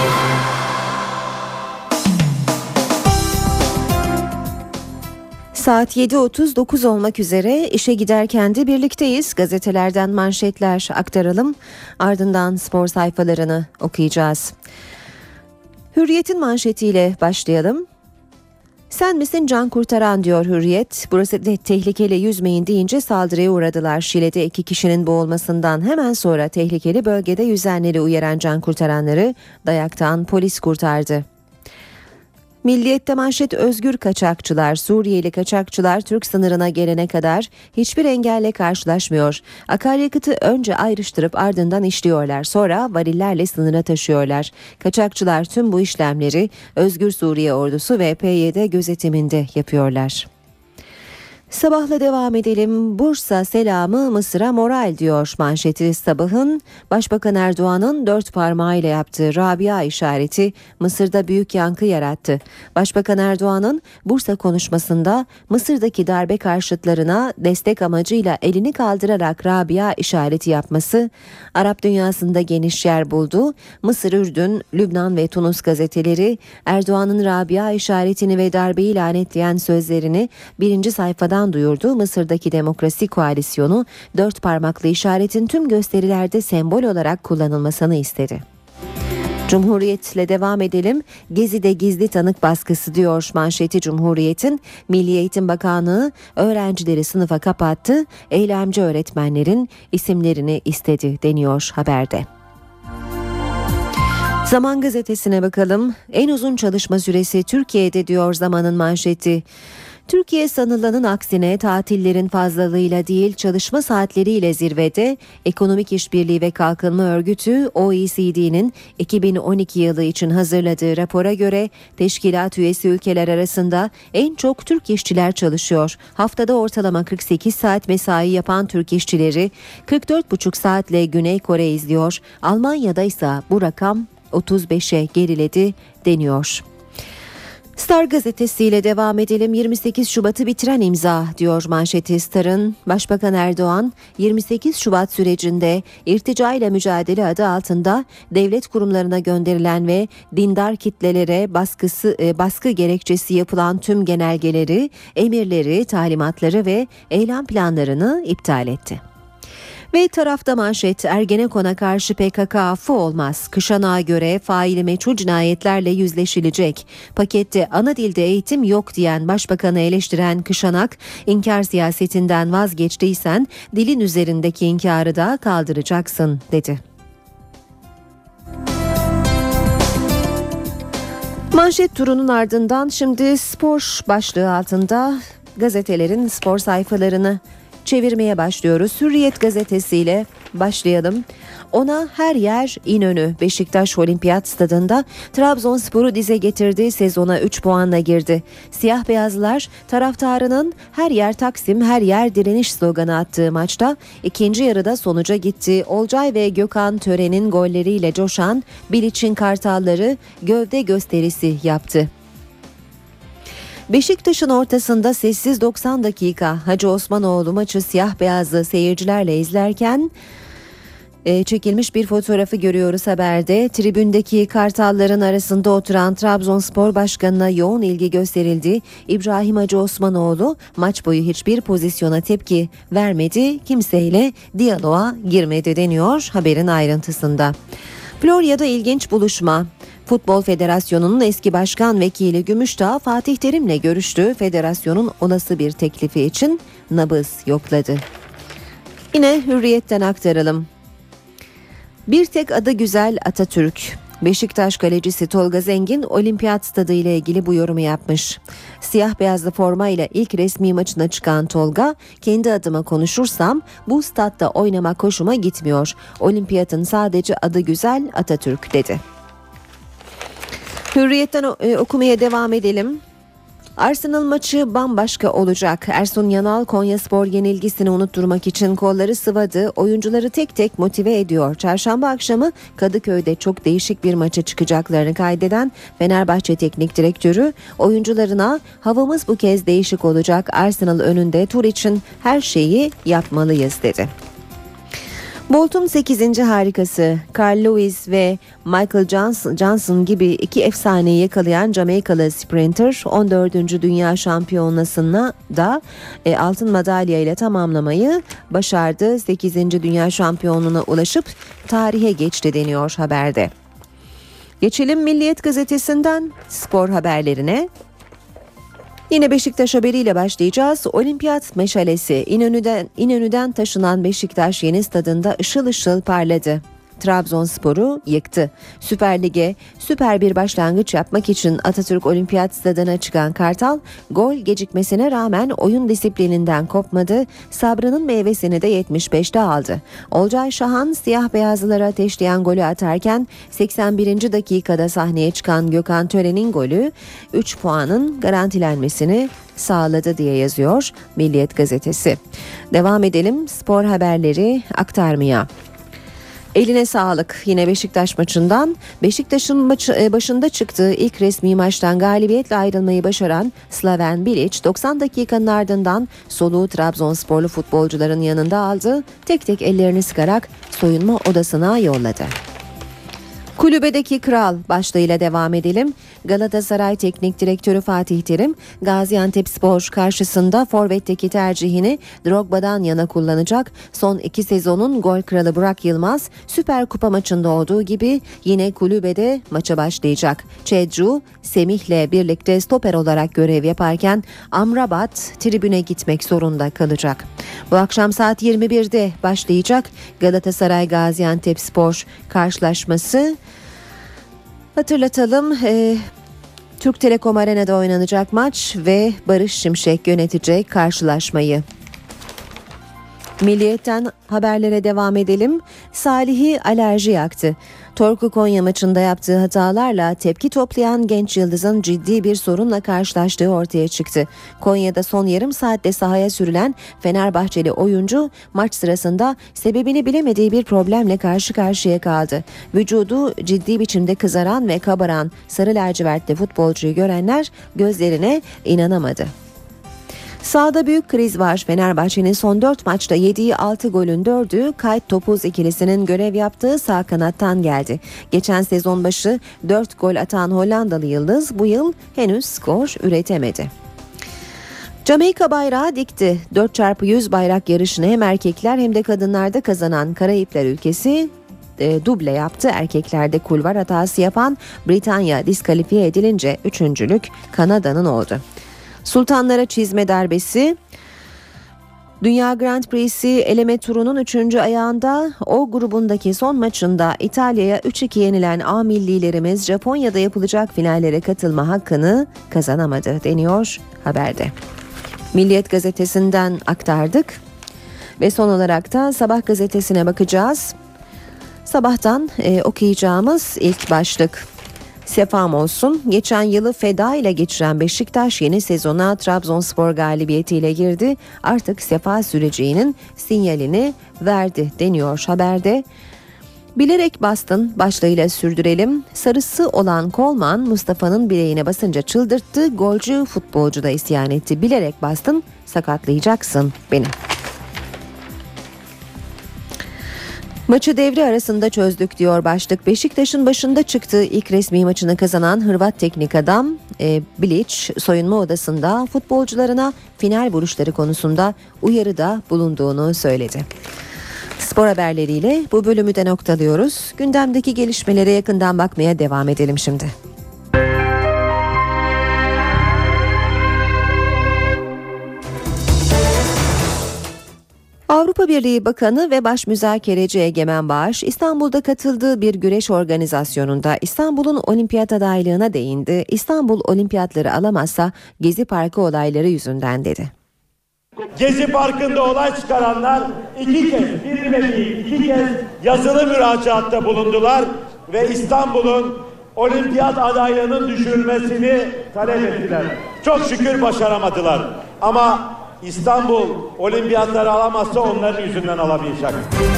Saat 7.39 olmak üzere işe giderken de birlikteyiz. Gazetelerden manşetler aktaralım. Ardından spor sayfalarını okuyacağız. Hürriyet'in manşetiyle başlayalım. Sen misin can kurtaran diyor Hürriyet. Burası de tehlikeli, yüzmeyin deyince saldırıya uğradılar. Şile'de 2 kişinin boğulmasından hemen sonra tehlikeli bölgede yüzenleri uyaran can kurtaranları dayaktan polis kurtardı. Milliyet'te manşet özgür kaçakçılar, Suriyeli kaçakçılar Türk sınırına gelene kadar hiçbir engelle karşılaşmıyor. Akaryakıtı önce ayrıştırıp ardından işliyorlar, sonra varillerle sınıra taşıyorlar. Kaçakçılar tüm bu işlemleri Özgür Suriye Ordusu ve PYD gözetiminde yapıyorlar. Sabahla devam edelim. Bursa selamı Mısır'a moral diyor manşeti Sabah'ın. Başbakan Erdoğan'ın 4 parmağıyla yaptığı Rabia işareti Mısır'da büyük yankı yarattı. Başbakan Erdoğan'ın Bursa konuşmasında Mısır'daki darbe karşıtlarına destek amacıyla elini kaldırarak Rabia işareti yapması Arap dünyasında geniş yer buldu. Mısır, Ürdün, Lübnan ve Tunus gazeteleri Erdoğan'ın Rabia işaretini ve darbeyi lanetleyen sözlerini 1. sayfadan duyurdu. Mısır'daki demokrasi koalisyonu 4 parmaklı işaretin tüm gösterilerde sembol olarak kullanılmasını istedi. Cumhuriyet'le devam edelim. Gezi'de gizli tanık baskısı diyor manşeti Cumhuriyet'in. Milli Eğitim Bakanlığı öğrencileri sınıfa kapattı. Eylemci öğretmenlerin isimlerini istedi deniyor haberde. Zaman gazetesine bakalım. En uzun çalışma süresi Türkiye'de diyor Zaman'ın manşeti. Türkiye sanılanın aksine tatillerin fazlalığıyla değil çalışma saatleriyle zirvede. Ekonomik İşbirliği ve Kalkınma Örgütü OECD'nin 2012 yılı için hazırladığı rapora göre teşkilat üyesi ülkeler arasında en çok Türk işçiler çalışıyor. Haftada ortalama 48 saat mesai yapan Türk işçileri 44,5 saatle Güney Kore izliyor. Almanya'da ise bu rakam 35'e geriledi deniyor. Star gazetesiyle devam edelim. 28 Şubat'ı bitiren imza diyor manşeti Star'ın. Başbakan Erdoğan 28 Şubat sürecinde irtica ile mücadele adı altında devlet kurumlarına gönderilen ve dindar kitlelere baskı gerekçesi yapılan tüm genelgeleri, emirleri, talimatları ve eylem planlarını iptal etti. Ve tarafta manşet, Ergenekon'a karşı PKK affı olmaz. Kışanak'a göre faili meçhul cinayetlerle yüzleşilecek. Pakette ana dilde eğitim yok diyen başbakanı eleştiren Kışanak, inkar siyasetinden vazgeçtiysen dilin üzerindeki inkarı da kaldıracaksın dedi. Manşet turunun ardından şimdi spor başlığı altında gazetelerin spor sayfalarını çevirmeye başlıyoruz. Hürriyet gazetesiyle başlayalım. Ona her yer İnönü. Beşiktaş Olimpiyat Stadında Trabzonspor'u dize getirdiği sezona 3 puanla girdi. Siyah beyazlar taraftarının her yer Taksim, her yer direniş sloganı attığı maçta ikinci yarıda sonuca gitti. Olcay ve Gökhan Tören'in golleriyle coşan Bilic'in Kartalları gövde gösterisi yaptı. Beşiktaş'ın ortasında sessiz 90 dakika. Hacı Osmanoğlu maçı siyah beyazlı seyircilerle izlerken çekilmiş bir fotoğrafı görüyoruz haberde. Tribündeki kartalların arasında oturan Trabzonspor Başkanı'na yoğun ilgi gösterildi. İbrahim Hacı Osmanoğlu maç boyu hiçbir pozisyona tepki vermedi, kimseyle diyaloğa girmedi deniyor haberin ayrıntısında. Florya'da ilginç buluşma. Futbol Federasyonu'nun eski başkan vekili Gümüşdağ Fatih Terim'le görüştü. Federasyonun olası bir teklifi için nabız yokladı. Yine Hürriyet'ten aktaralım. Bir tek adı güzel Atatürk. Beşiktaş kalecisi Tolga Zengin Olimpiyat Stadı ile ilgili bu yorumu yapmış. Siyah beyazlı forma ile ilk resmi maçına çıkan Tolga, kendi adıma konuşursam bu statta oynamak hoşuma gitmiyor. Olimpiyatın sadece adı güzel Atatürk dedi. Hürriyet'ten okumaya devam edelim. Arsenal maçı bambaşka olacak. Ersun Yanal Konyaspor yenilgisini unutturmak için kolları sıvadı. Oyuncuları tek tek motive ediyor. Çarşamba akşamı Kadıköy'de çok değişik bir maça çıkacaklarını kaydeden Fenerbahçe Teknik Direktörü oyuncularına havamız bu kez değişik olacak. Arsenal önünde tur için her şeyi yapmalıyız dedi. Bolt'un 8. harikası Carl Lewis ve Michael Johnson gibi iki efsaneyi yakalayan Jamaikalı sprinter 14. Dünya Şampiyonası'na da altın madalya ile tamamlamayı başardı. 8. Dünya Şampiyonluğuna ulaşıp tarihe geçti deniyor haberde. Geçelim Milliyet gazetesinden spor haberlerine. Yine Beşiktaş haberiyle başlayacağız. Olimpiyat meşalesi İnönü'den taşınan Beşiktaş yeni stadında ışıl ışıl parladı. Trabzonspor'u yıktı. Süper Lig'e süper bir başlangıç yapmak için Atatürk Olimpiyat Stadı'na çıkan Kartal, gol gecikmesine rağmen oyun disiplininden kopmadı. Sabrının meyvesini de 75'te aldı. Olcay Şahan siyah beyazlılara ateşleyen golü atarken 81. dakikada sahneye çıkan Gökhan Tören'in golü 3 puanın garantilenmesini sağladı diye yazıyor Milliyet gazetesi. Devam edelim spor haberleri aktarmaya. Eline sağlık yine Beşiktaş maçından. Beşiktaş'ın başında çıktığı ilk resmi maçtan galibiyetle ayrılmayı başaran Slaven Bilic 90 dakikanın ardından soluğu Trabzonsporlu futbolcuların yanında aldı. Tek tek ellerini sıkarak soyunma odasına yolladı. Kulübedeki kral başlığıyla devam edelim. Galatasaray Teknik Direktörü Fatih Terim, Gaziantepspor karşısında forvetteki tercihini Drogba'dan yana kullanacak. Son 2 sezonun gol kralı Burak Yılmaz, Süper Kupa maçında olduğu gibi yine kulübede maça başlayacak. Çedru, Semih'le birlikte stoper olarak görev yaparken Amrabat tribüne gitmek zorunda kalacak. Bu akşam saat 21'de başlayacak Galatasaray Gaziantepspor karşılaşması. Hatırlatalım, Türk Telekom Arena'da oynanacak maç ve Barış Şimşek yönetecek karşılaşmayı. Milliyetten haberlere devam edelim. Salih'i alerji yaktı. Torku Konya maçında yaptığı hatalarla tepki toplayan genç yıldızın ciddi bir sorunla karşılaştığı ortaya çıktı. Konya'da son yarım saatte sahaya sürülen Fenerbahçeli oyuncu maç sırasında sebebini bilemediği bir problemle karşı karşıya kaldı. Vücudu ciddi biçimde kızaran ve kabaran sarı lacivertli futbolcuyu görenler gözlerine inanamadı. Sahada büyük kriz var. Fenerbahçe'nin son 4 maçta yediği 6 golün 4'ü Kayt Topuz ikilisinin görev yaptığı sağ kanattan geldi. Geçen sezon başı 4 gol atan Hollandalı yıldız bu yıl henüz skor üretemedi. Jamaika bayrağı dikti. 4x100 bayrak yarışını hem erkekler hem de kadınlarda kazanan Karayipler ülkesi duble yaptı. Erkeklerde kulvar hatası yapan Britanya diskalifiye edilince üçüncülük Kanada'nın oldu. Sultanlara çizme darbesi. Dünya Grand Prix'si eleme turunun 3. ayağında O grubundaki son maçında İtalya'ya 3-2 yenilen A millilerimiz Japonya'da yapılacak finallere katılma hakkını kazanamadı deniyor haberde. Milliyet gazetesinden aktardık ve son olarak da Sabah gazetesine bakacağız. Sabahtan okuyacağımız ilk başlık. Sefam olsun. Geçen yılı feda ile geçiren Beşiktaş yeni sezona Trabzonspor galibiyetiyle girdi. Artık sefa süreceğinin sinyalini verdi deniyor haberde. Bilerek bastın başlığıyla sürdürelim. Sarısı olan Kolman Mustafa'nın bileğine basınca çıldırttı. Golcü futbolcu da isyan etti. Bilerek bastın, sakatlayacaksın beni. Maçı devre arasında çözdük diyor başlık. Beşiktaş'ın başında çıktığı ilk resmi maçını kazanan Hırvat teknik adam Bilic soyunma odasında futbolcularına final vuruşları konusunda uyarıda bulunduğunu söyledi. Spor haberleriyle bu bölümü de noktalıyoruz. Gündemdeki gelişmelere yakından bakmaya devam edelim şimdi. Avrupa Birliği Bakanı ve Baş Müzakereci Egemen Bağış, İstanbul'da katıldığı bir güreş organizasyonunda İstanbul'un olimpiyat adaylığına değindi. İstanbul olimpiyatları alamazsa Gezi Parkı olayları yüzünden dedi. Gezi Parkı'nda olay çıkaranlar iki kez yazılı müracaatta bulundular ve İstanbul'un olimpiyat adaylığının düşürülmesini talep ettiler. Çok şükür başaramadılar ama İstanbul olimpiyatları alamazsa onların yüzünden alamayacak.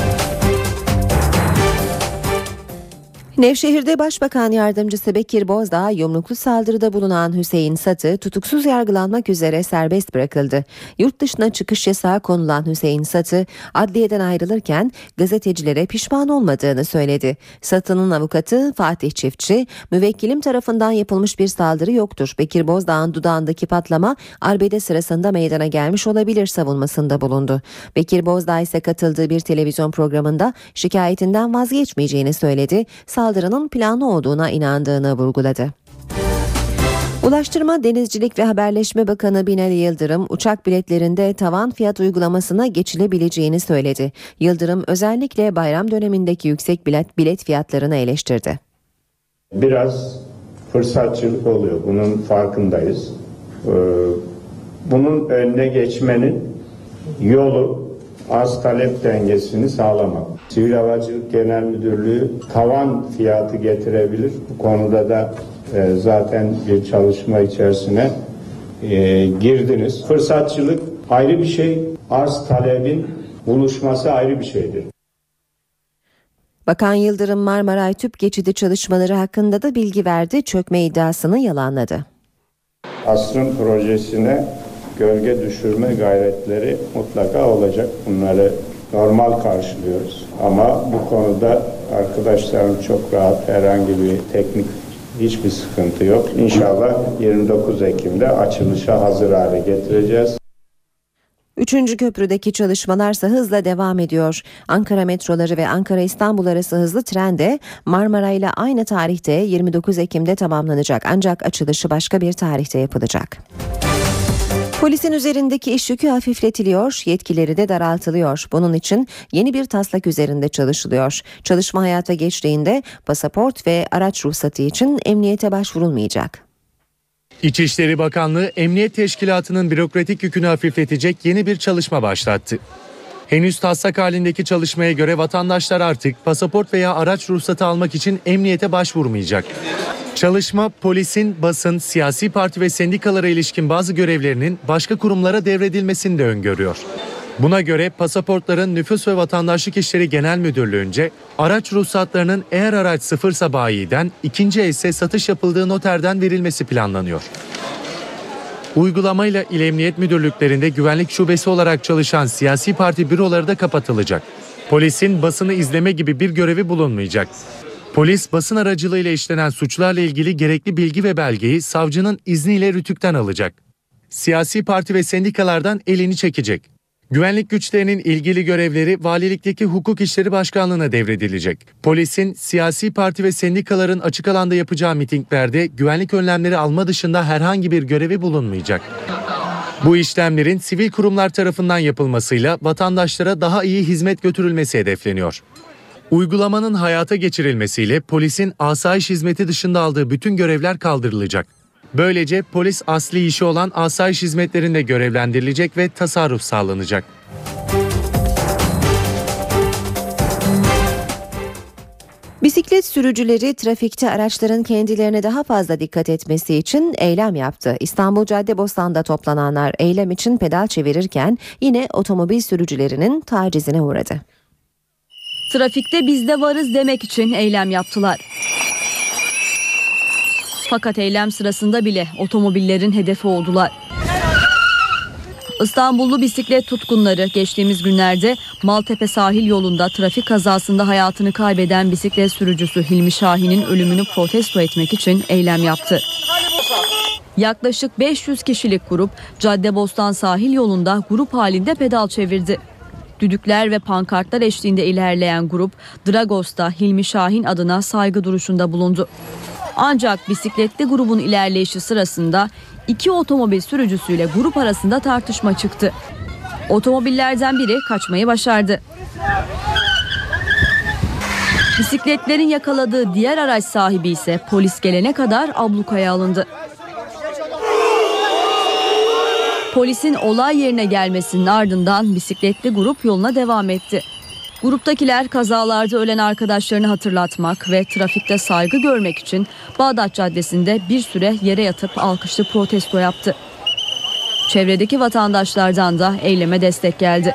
Nevşehir'de Başbakan Yardımcısı Bekir Bozdağ yumruklu saldırıda bulunan Hüseyin Satı tutuksuz yargılanmak üzere serbest bırakıldı. Yurt dışına çıkış yasağı konulan Hüseyin Satı adliyeden ayrılırken gazetecilere pişman olmadığını söyledi. Satı'nın avukatı Fatih Çiftçi, müvekkilim tarafından yapılmış bir saldırı yoktur. Bekir Bozdağ'ın dudağındaki patlama arbede sırasında meydana gelmiş olabilir savunmasında bulundu. Bekir Bozdağ ise katıldığı bir televizyon programında şikayetinden vazgeçmeyeceğini söyledi. Saldırının planlı olduğuna inandığını vurguladı. Ulaştırma, Denizcilik ve Haberleşme Bakanı Binali Yıldırım uçak biletlerinde tavan fiyat uygulamasına geçilebileceğini söyledi. Yıldırım özellikle bayram dönemindeki yüksek bilet fiyatlarını eleştirdi. Biraz fırsatçılık oluyor. Bunun farkındayız. Bunun önüne geçmenin yolu arz talep dengesini sağlamak. Sivil Havacılık Genel Müdürlüğü tavan fiyatı getirebilir. Bu konuda da zaten bir çalışma içerisine girdiniz. Fırsatçılık ayrı bir şey, arz talebin buluşması ayrı bir şeydir. Bakan Yıldırım Marmaray Tüp Geçidi çalışmaları hakkında da bilgi verdi, çökme iddiasını yalanladı. Asrın projesine gölge düşürme gayretleri mutlaka olacak. Bunları normal karşılıyoruz. Ama bu konuda arkadaşlarım çok rahat, herhangi bir teknik hiçbir sıkıntı yok. İnşallah 29 Ekim'de açılışa hazır hale getireceğiz. 3. köprüdeki çalışmalarsa hızla devam ediyor. Ankara metroları ve Ankara-İstanbul arası hızlı tren de Marmara ile aynı tarihte 29 Ekim'de tamamlanacak. Ancak açılışı başka bir tarihte yapılacak. Polisin üzerindeki iş yükü hafifletiliyor, yetkileri de daraltılıyor. Bunun için yeni bir taslak üzerinde çalışılıyor. Çalışma hayata geçtiğinde pasaport ve araç ruhsatı için emniyete başvurulmayacak. İçişleri Bakanlığı Emniyet Teşkilatı'nın bürokratik yükünü hafifletecek yeni bir çalışma başlattı. Henüz taslak halindeki çalışmaya göre vatandaşlar artık pasaport veya araç ruhsatı almak için emniyete başvurmayacak. Çalışma, polisin, basın, siyasi parti ve sendikalara ilişkin bazı görevlerinin başka kurumlara devredilmesini de öngörüyor. Buna göre pasaportların Nüfus ve Vatandaşlık İşleri Genel Müdürlüğü'nce araç ruhsatlarının eğer araç sıfırsa bayiden, ikinci el ise satış yapıldığı noterden verilmesi planlanıyor. Uygulamayla İl Emniyet Müdürlüklerinde güvenlik şubesi olarak çalışan siyasi parti büroları da kapatılacak. Polisin basını izleme gibi bir görevi bulunmayacak. Polis basın aracılığıyla işlenen suçlarla ilgili gerekli bilgi ve belgeyi savcının izniyle Rütük'ten alacak. Siyasi parti ve sendikalardan elini çekecek. Güvenlik güçlerinin ilgili görevleri Valilikteki Hukuk İşleri Başkanlığı'na devredilecek. Polisin siyasi parti ve sendikaların açık alanda yapacağı mitinglerde güvenlik önlemleri alma dışında herhangi bir görevi bulunmayacak. Bu işlemlerin sivil kurumlar tarafından yapılmasıyla vatandaşlara daha iyi hizmet götürülmesi hedefleniyor. Uygulamanın hayata geçirilmesiyle polisin asayiş hizmeti dışında aldığı bütün görevler kaldırılacak. Böylece polis asli işi olan asayiş hizmetlerinde görevlendirilecek ve tasarruf sağlanacak. Bisiklet sürücüleri trafikte araçların kendilerine daha fazla dikkat etmesi için eylem yaptı. İstanbul Caddebostan'da toplananlar eylem için pedal çevirirken yine otomobil sürücülerinin tacizine uğradı. Trafikte biz de varız demek için eylem yaptılar. Fakat eylem sırasında bile otomobillerin hedefi oldular. İstanbullu bisiklet tutkunları geçtiğimiz günlerde Maltepe sahil yolunda trafik kazasında hayatını kaybeden bisiklet sürücüsü Hilmi Şahin'in ölümünü protesto etmek için eylem yaptı. Yaklaşık 500 kişilik grup Caddebostan sahil yolunda grup halinde pedal çevirdi. Düdükler ve pankartlar eşliğinde ilerleyen grup Dragos'ta Hilmi Şahin adına saygı duruşunda bulundu. Ancak bisikletli grubun ilerleyişi sırasında iki otomobil sürücüsüyle grup arasında tartışma çıktı. Otomobillerden biri kaçmayı başardı. Bisikletlerin yakaladığı diğer araç sahibi ise polis gelene kadar ablukaya alındı. Polisin olay yerine gelmesinin ardından bisikletli grup yoluna devam etti. Gruptakiler kazalarda ölen arkadaşlarını hatırlatmak ve trafikte saygı görmek için Bağdat Caddesi'nde bir süre yere yatıp alkışlı protesto yaptı. Çevredeki vatandaşlardan da eyleme destek geldi.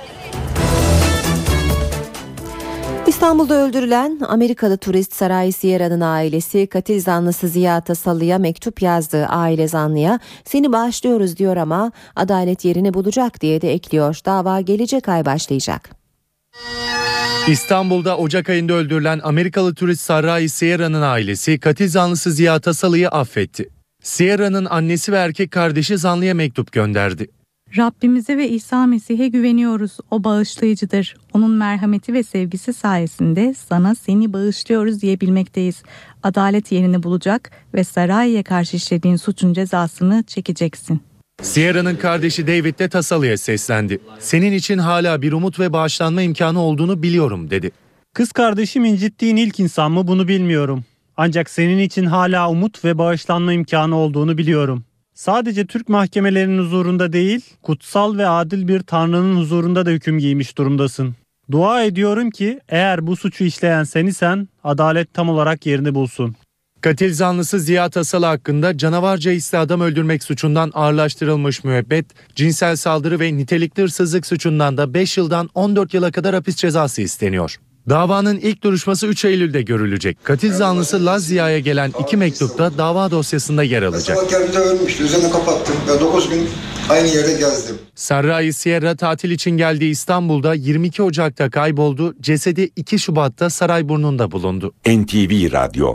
İstanbul'da öldürülen Amerikalı turist Saray Sierra'nın ailesi katil zanlısı Ziya Tasalı'ya mektup yazdı. Aile zanlıya "Seni bağışlıyoruz" diyor ama adalet yerini bulacak diye de ekliyor. Dava gelecek ay başlayacak. İstanbul'da Ocak ayında öldürülen Amerikalı turist Saray Sierra'nın ailesi katil zanlısı Ziya Tasalı'yı affetti. Sierra'nın annesi ve erkek kardeşi zanlıya mektup gönderdi. Rabbimize ve İsa Mesih'e güveniyoruz. O bağışlayıcıdır. Onun merhameti ve sevgisi sayesinde sana "seni bağışlıyoruz" diyebilmekteyiz. Adalet yerini bulacak ve Saray'a karşı işlediğin suçun cezasını çekeceksin. Sierra'nın kardeşi David de Tasalı'ya seslendi. "Senin için hala bir umut ve bağışlanma imkanı olduğunu biliyorum" dedi. "Kız kardeşim incittiğin ilk insan mı bunu bilmiyorum. Ancak senin için hala umut ve bağışlanma imkanı olduğunu biliyorum. Sadece Türk mahkemelerinin huzurunda değil, kutsal ve adil bir Tanrı'nın huzurunda da hüküm giymiş durumdasın. Dua ediyorum ki eğer bu suçu işleyen sen isen adalet tam olarak yerini bulsun." Katil zanlısı Ziya Tasalı hakkında canavarca hisli adam öldürmek suçundan ağırlaştırılmış müebbet, cinsel saldırı ve nitelikli hırsızlık suçundan da 5 yıldan 14 yıla kadar hapis cezası isteniyor. Davanın ilk duruşması 3 Eylül'de görülecek. Katil zanlısı Laz Ziya'ya gelen 2 mektupta dava dosyasında yer alacak. Sabah ölmüştü, üzerine kapattım ve 9 gün aynı yerde gezdim. Saray Sierra tatil için geldiği İstanbul'da 22 Ocak'ta kayboldu, cesedi 2 Şubat'ta Sarayburnu'nda bulundu. NTV Radyo.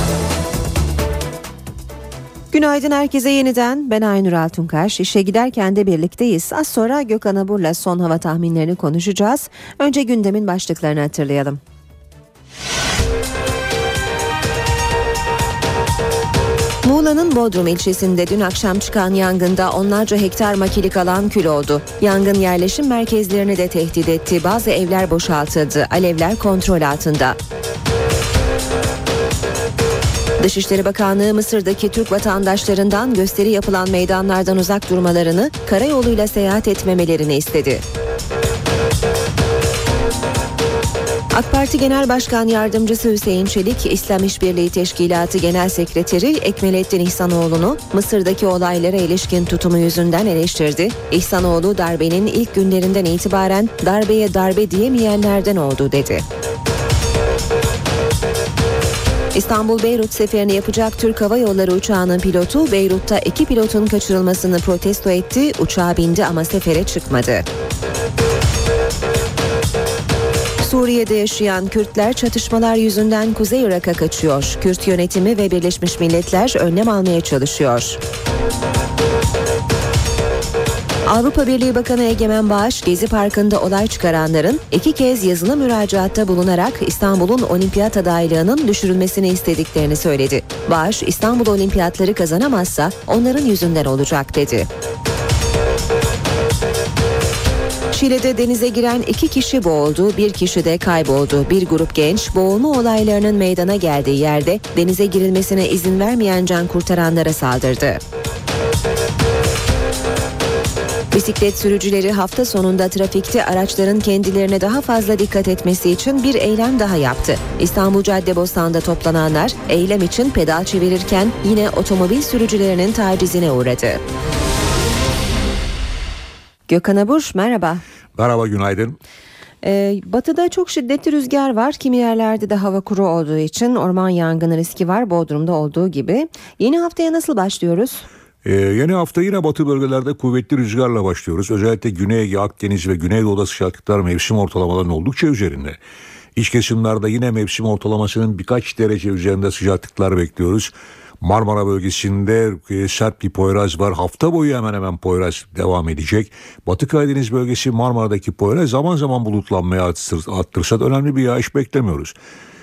Günaydın herkese yeniden. Ben Aynur Altunkaş. İşe giderken de birlikteyiz. Az sonra Gökhan Abur'la son hava tahminlerini konuşacağız. Önce gündemin başlıklarını hatırlayalım. Muğla'nın Bodrum ilçesinde dün akşam çıkan yangında onlarca hektar makilik alan kül oldu. Yangın yerleşim merkezlerini de tehdit etti. Bazı evler boşaltıldı. Alevler kontrol altında. Dışişleri Bakanlığı Mısır'daki Türk vatandaşlarından gösteri yapılan meydanlardan uzak durmalarını, karayoluyla seyahat etmemelerini istedi. AK Parti Genel Başkan Yardımcısı Hüseyin Çelik, İslam İşbirliği Teşkilatı Genel Sekreteri Ekmelettin İhsanoğlu'nu Mısır'daki olaylara ilişkin tutumu yüzünden eleştirdi. İhsanoğlu, darbenin ilk günlerinden itibaren darbeye darbe diyemeyenlerden oldu dedi. İstanbul-Beyrut seferini yapacak Türk Hava Yolları uçağının pilotu Beyrut'ta 2 pilotun kaçırılmasını protesto etti. Uçağa bindi ama sefere çıkmadı. Suriye'de yaşayan Kürtler çatışmalar yüzünden Kuzey Irak'a kaçıyor. Kürt yönetimi ve Birleşmiş Milletler önlem almaya çalışıyor. Avrupa Birliği Bakanı Egemen Bağış, Gezi Parkı'nda olay çıkaranların 2 kez yazılı müracaatta bulunarak İstanbul'un olimpiyat adaylığının düşürülmesini istediklerini söyledi. Bağış, İstanbul olimpiyatları kazanamazsa onların yüzünden olacak dedi. Şile'de denize giren 2 kişi boğuldu, 1 kişi de kayboldu. Bir grup genç boğulma olaylarının meydana geldiği yerde denize girilmesine izin vermeyen can kurtaranlara saldırdı. Bisiklet sürücüleri hafta sonunda trafikte araçların kendilerine daha fazla dikkat etmesi için bir eylem daha yaptı. İstanbul Caddebostan'da toplananlar eylem için pedal çevirirken yine otomobil sürücülerinin tacizine uğradı. Gökhan Abur, merhaba. Merhaba, günaydın. Batıda çok şiddetli rüzgar var. Kimi yerlerde de hava kuru olduğu için orman yangını riski var. Bodrum'da olduğu gibi. Yeni haftaya nasıl başlıyoruz? Yeni hafta yine batı bölgelerde kuvvetli rüzgarla başlıyoruz. Özellikle Güney Ege, Akdeniz ve Güneydoğu'da sıcaklıklar mevsim ortalamalarının oldukça üzerinde. İç kesimlerde yine mevsim ortalamasının birkaç derece üzerinde sıcaklıklar bekliyoruz. Marmara bölgesinde sert bir Poyraz var. Hafta boyu hemen hemen Poyraz devam edecek. Batı Karadeniz bölgesi, Marmara'daki Poyraz zaman zaman bulutlanmaya arttırsa da önemli bir yağış beklemiyoruz.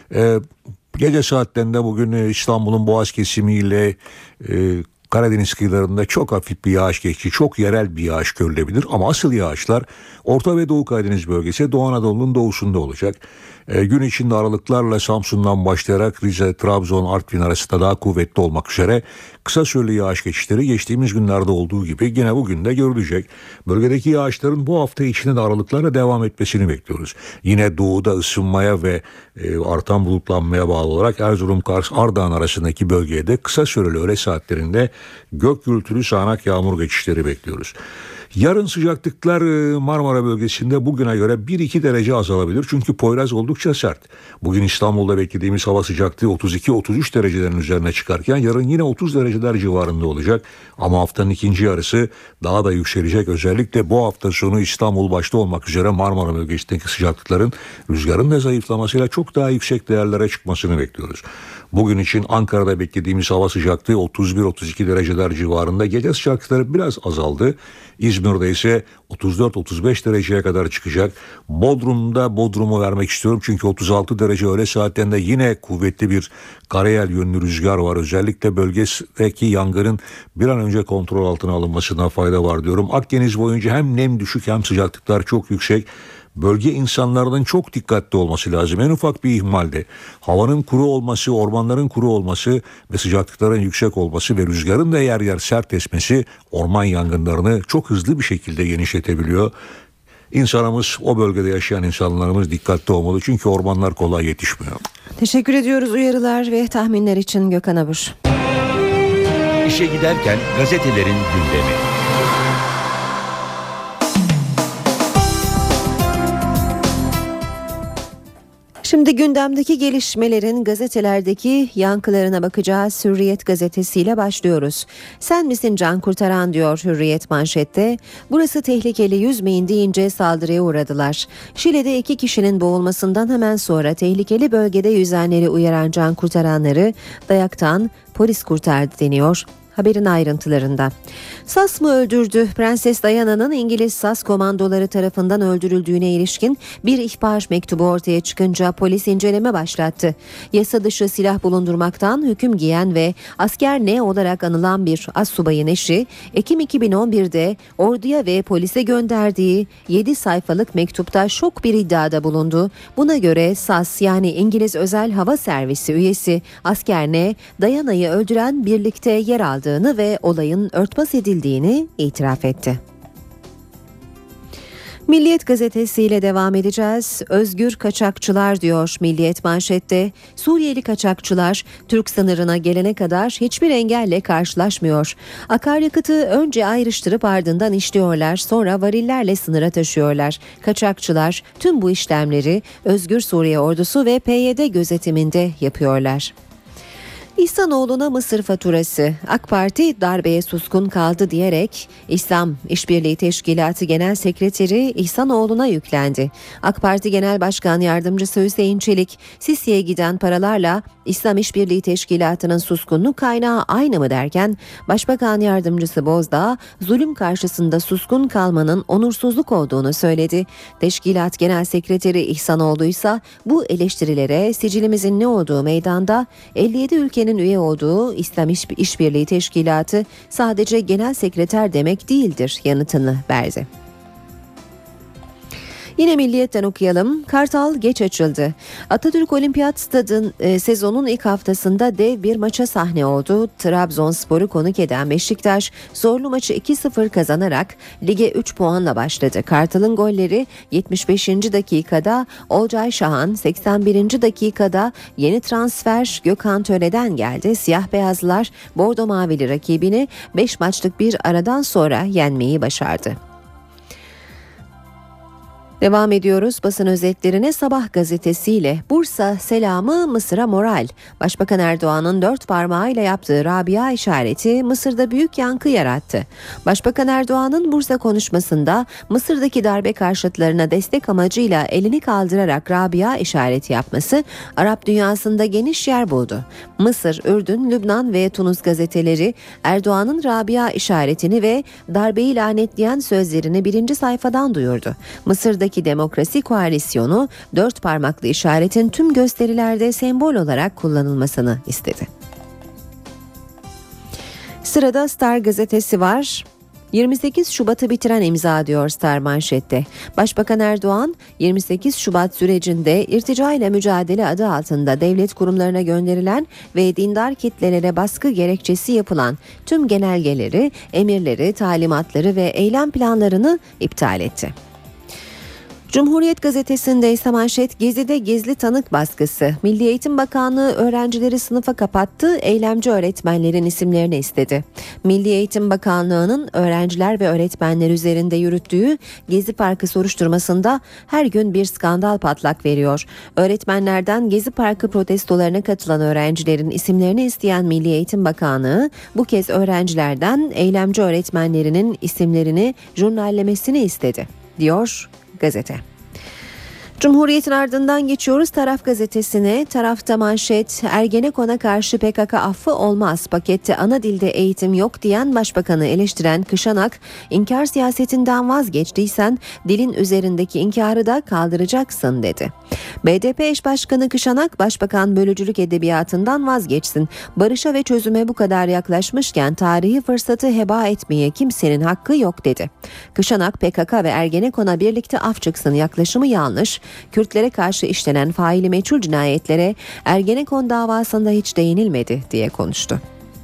Gece saatlerinde bugün İstanbul'un Boğaz kesimiyle Karadeniz kıyılarında çok hafif bir yağış geçti. Çok yerel bir yağış görülebilir ama asıl yağışlar Orta ve Doğu Karadeniz bölgesi, Doğu Anadolu'nun doğusunda olacak. Gün içinde aralıklarla Samsun'dan başlayarak Rize, Trabzon, Artvin arasında daha kuvvetli olmak üzere kısa süreli yağış geçişleri geçtiğimiz günlerde olduğu gibi yine bugün de görülecek. Bölgedeki yağışların bu hafta içinde de aralıklarla devam etmesini bekliyoruz. Yine doğuda ısınmaya ve artan bulutlanmaya bağlı olarak Erzurum, Kars, Ardahan arasındaki bölgeye de kısa süreli öğle saatlerinde gök gürültülü sağanak yağmur geçişleri bekliyoruz. Yarın sıcaklıklar Marmara bölgesinde bugüne göre 1-2 derece azalabilir. Çünkü Poyraz oldukça sert. Bugün İstanbul'da beklediğimiz hava sıcaklığı 32-33 derecelerin üzerine çıkarken yarın yine 30 dereceler civarında olacak. Ama haftanın ikinci yarısı daha da yükselecek. Özellikle bu hafta sonu İstanbul başta olmak üzere Marmara bölgesindeki sıcaklıkların rüzgarın da zayıflamasıyla çok daha yüksek değerlere çıkmasını bekliyoruz. Bugün için Ankara'da beklediğimiz hava sıcaklığı 31-32 dereceler civarında. Gece sıcaklıkları biraz azaldı. İzmir'de ise 34-35 dereceye kadar çıkacak. Bodrum'u vermek istiyorum çünkü 36 derece öğle saatlerinde yine kuvvetli bir karayel yönlü rüzgar var. Özellikle bölgedeki yangının bir an önce kontrol altına alınmasına fayda var diyorum. Akdeniz boyunca hem nem düşük hem sıcaklıklar çok yüksek. Bölge insanlarının çok dikkatli olması lazım. En ufak bir ihmalde havanın kuru olması, ormanların kuru olması ve sıcaklıkların yüksek olması ve rüzgarın da yer yer sert esmesi orman yangınlarını çok hızlı bir şekilde genişletebiliyor. İnsanımız, o bölgede yaşayan insanlarımız dikkatli olmalı çünkü ormanlar kolay yetişmiyor. Teşekkür ediyoruz uyarılar ve tahminler için Gökhan Abur. İşe giderken gazetelerin gündemi. Şimdi gündemdeki gelişmelerin gazetelerdeki yankılarına bakacağız. Hürriyet gazetesiyle başlıyoruz. Sen misin can kurtaran diyor Hürriyet manşette. Burası tehlikeli, yüzmeyin deyince saldırıya uğradılar. Şile'de 2 kişinin boğulmasından hemen sonra tehlikeli bölgede yüzenleri uyaran can kurtaranları dayaktan polis kurtardı deniyor. Haberin ayrıntılarında. Sas mı öldürdü? Prenses Diana'nın İngiliz Sas komandoları tarafından öldürüldüğüne ilişkin bir ihbar mektubu ortaya çıkınca polis inceleme başlattı. Yasa dışı silah bulundurmaktan hüküm giyen ve asker N olarak anılan bir astsubayın eşi, Ekim 2011'de orduya ve polise gönderdiği 7 sayfalık mektupta şok bir iddiada bulundu. Buna göre Sas yani İngiliz Özel Hava Servisi üyesi asker N, Diana'yı öldüren birlikte yer aldı ve olayın örtbas edildiğini itiraf etti. Milliyet gazetesiyle devam edeceğiz. Özgür kaçakçılar diyor Milliyet manşette. Suriyeli kaçakçılar Türk sınırına gelene kadar hiçbir engelle karşılaşmıyor. Akaryakıtı önce ayrıştırıp ardından işliyorlar, sonra varillerle sınıra taşıyorlar. Kaçakçılar tüm bu işlemleri Özgür Suriye Ordusu ve PYD gözetiminde yapıyorlar. İhsanoğlu'na Mısır faturası. AK Parti darbeye suskun kaldı diyerek İslam İşbirliği Teşkilatı Genel Sekreteri İhsanoğlu'na yüklendi. AK Parti Genel Başkan Yardımcısı Hüseyin Çelik, Sisi'ye giden paralarla İslam İşbirliği Teşkilatı'nın suskunluğu kaynağı aynı mı derken, Başbakan Yardımcısı Bozdağ, zulüm karşısında suskun kalmanın onursuzluk olduğunu söyledi. Teşkilat Genel Sekreteri İhsanoğlu ise bu eleştirilere sicilimizin ne olduğu meydanda 57 ülkenin üye olduğu İslam İşbirliği Teşkilatı sadece genel sekreter demek değildir yanıtını verdi. Yine Milliyet'ten okuyalım. Kartal geç açıldı. Atatürk Olimpiyat Stadı'nın sezonun ilk haftasında dev bir maça sahne oldu. Trabzonspor'u konuk eden Beşiktaş zorlu maçı 2-0 kazanarak lige 3 puanla başladı. Kartal'ın golleri 75. dakikada Olcay Şahan, 81. dakikada yeni transfer Gökhan Töre'den geldi. Siyah beyazlılar bordo mavili rakibini 5 maçlık bir aradan sonra yenmeyi başardı. Devam ediyoruz basın özetlerine. Sabah gazetesiyle Bursa selamı Mısır'a moral. Başbakan Erdoğan'ın 4 parmağıyla yaptığı Rabia işareti Mısır'da büyük yankı yarattı. Başbakan Erdoğan'ın Bursa konuşmasında Mısır'daki darbe karşıtlarına destek amacıyla elini kaldırarak Rabia işareti yapması Arap dünyasında geniş yer buldu. Mısır, Ürdün, Lübnan ve Tunus gazeteleri Erdoğan'ın Rabia işaretini ve darbeyi lanetleyen sözlerini 1. sayfadan duyurdu. Mısır'da Demokrasi Koalisyonu 4 parmaklı işaretin tüm gösterilerde sembol olarak kullanılmasını istedi. Sırada Star gazetesi var. 28 Şubat'ı bitiren imza diyor Star manşette. Başbakan Erdoğan 28 Şubat sürecinde irtica ile mücadele adı altında devlet kurumlarına gönderilen ve dindar kitlelere baskı gerekçesi yapılan tüm genelgeleri, emirleri, talimatları ve eylem planlarını iptal etti. Cumhuriyet gazetesinde ise manşet Gezi'de gizli tanık baskısı. Milli Eğitim Bakanlığı öğrencileri sınıfa kapattı, eylemci öğretmenlerin isimlerini istedi. Milli Eğitim Bakanlığı'nın öğrenciler ve öğretmenler üzerinde yürüttüğü Gezi Parkı soruşturmasında her gün bir skandal patlak veriyor. Öğretmenlerden Gezi Parkı protestolarına katılan öğrencilerin isimlerini isteyen Milli Eğitim Bakanlığı bu kez öğrencilerden eylemci öğretmenlerinin isimlerini jurnallemesini istedi, diyor gazete. Cumhuriyet'in ardından geçiyoruz Taraf gazetesine. Tarafta manşet Ergenekon'a karşı PKK affı olmaz. Pakette ana dilde eğitim yok diyen başbakanı eleştiren Kışanak, inkar siyasetinden vazgeçtiysen dilin üzerindeki inkarı da kaldıracaksın dedi. BDP eş başkanı Kışanak, başbakan bölücülük edebiyatından vazgeçsin. Barışa ve çözüme bu kadar yaklaşmışken tarihi fırsatı heba etmeye kimsenin hakkı yok dedi. Kışanak, PKK ve Ergenekon'a birlikte af çıksın yaklaşımı yanlış. Kürtlere karşı işlenen faili meçhul cinayetlere Ergenekon davasında hiç değinilmedi diye konuştu.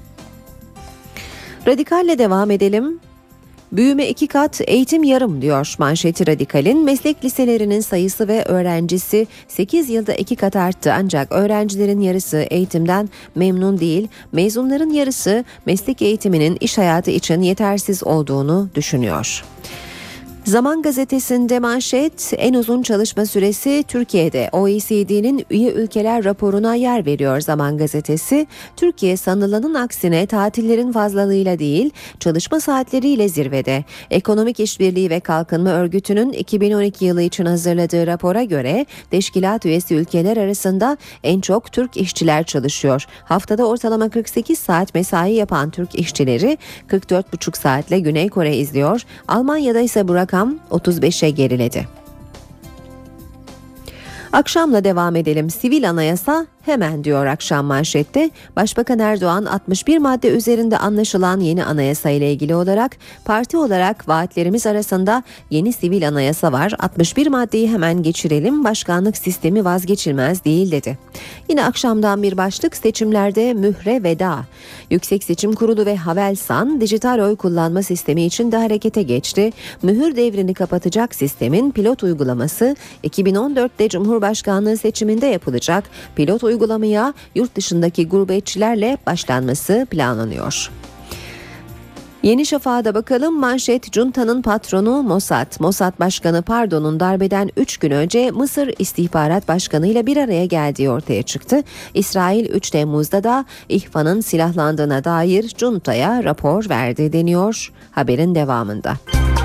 Radikalle devam edelim. Büyüme 2 kat, eğitim yarım diyor manşeti Radikal'in. Meslek liselerinin sayısı ve öğrencisi 8 yılda 2 kat arttı ancak öğrencilerin yarısı eğitimden memnun değil. Mezunların yarısı meslek eğitiminin iş hayatı için yetersiz olduğunu düşünüyor. Zaman gazetesinde manşet en uzun çalışma süresi Türkiye'de. OECD'nin üye ülkeler raporuna yer veriyor Zaman gazetesi. Türkiye sanılanın aksine tatillerin fazlalığıyla değil çalışma saatleriyle zirvede. Ekonomik İşbirliği ve Kalkınma Örgütü'nün 2012 yılı için hazırladığı rapora göre teşkilat üyesi ülkeler arasında en çok Türk işçiler çalışıyor. Haftada ortalama 48 saat mesai yapan Türk işçileri 44,5 saatle Güney Kore izliyor. Almanya'da ise bu rakam 35'e geriledi. Akşamla devam edelim. Sivil anayasa hemen diyor akşam manşette. Başbakan Erdoğan 61 madde üzerinde anlaşılan yeni anayasa ile ilgili olarak parti olarak vaatlerimiz arasında yeni sivil anayasa var. 61 maddeyi hemen geçirelim. Başkanlık sistemi vazgeçilmez değil dedi. Yine akşamdan bir başlık seçimlerde mühre veda. Yüksek Seçim Kurulu ve Havelsan dijital oy kullanma sistemi için de harekete geçti. Mühür devrini kapatacak sistemin pilot uygulaması 2014'te Cumhurbaşkanlığı seçiminde yapılacak. Pilot uygulamaya yurt dışındaki gurbetçilerle başlanması planlanıyor. Yeni Şafak'a da bakalım. Manşet Cunta'nın patronu Mossad. Mossad Başkanı Pardon'un darbeden 3 gün önce Mısır İstihbarat Başkanı ile bir araya geldiği ortaya çıktı. İsrail 3 Temmuz'da da İhvan'ın silahlandığına dair Cunta'ya rapor verdi deniyor haberin devamında.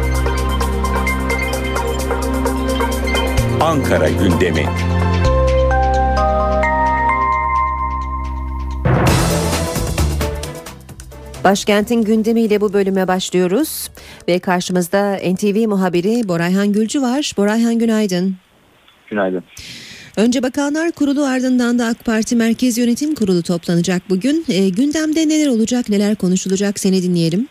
Ankara gündemi. Başkentin gündemiyle bu bölüme başlıyoruz ve karşımızda NTV muhabiri Borayhan Gülcü var. Borayhan günaydın. Günaydın. Önce Bakanlar Kurulu, ardından da AK Parti Merkez Yönetim Kurulu toplanacak bugün. Gündemde neler olacak, neler konuşulacak, seni dinleyelim.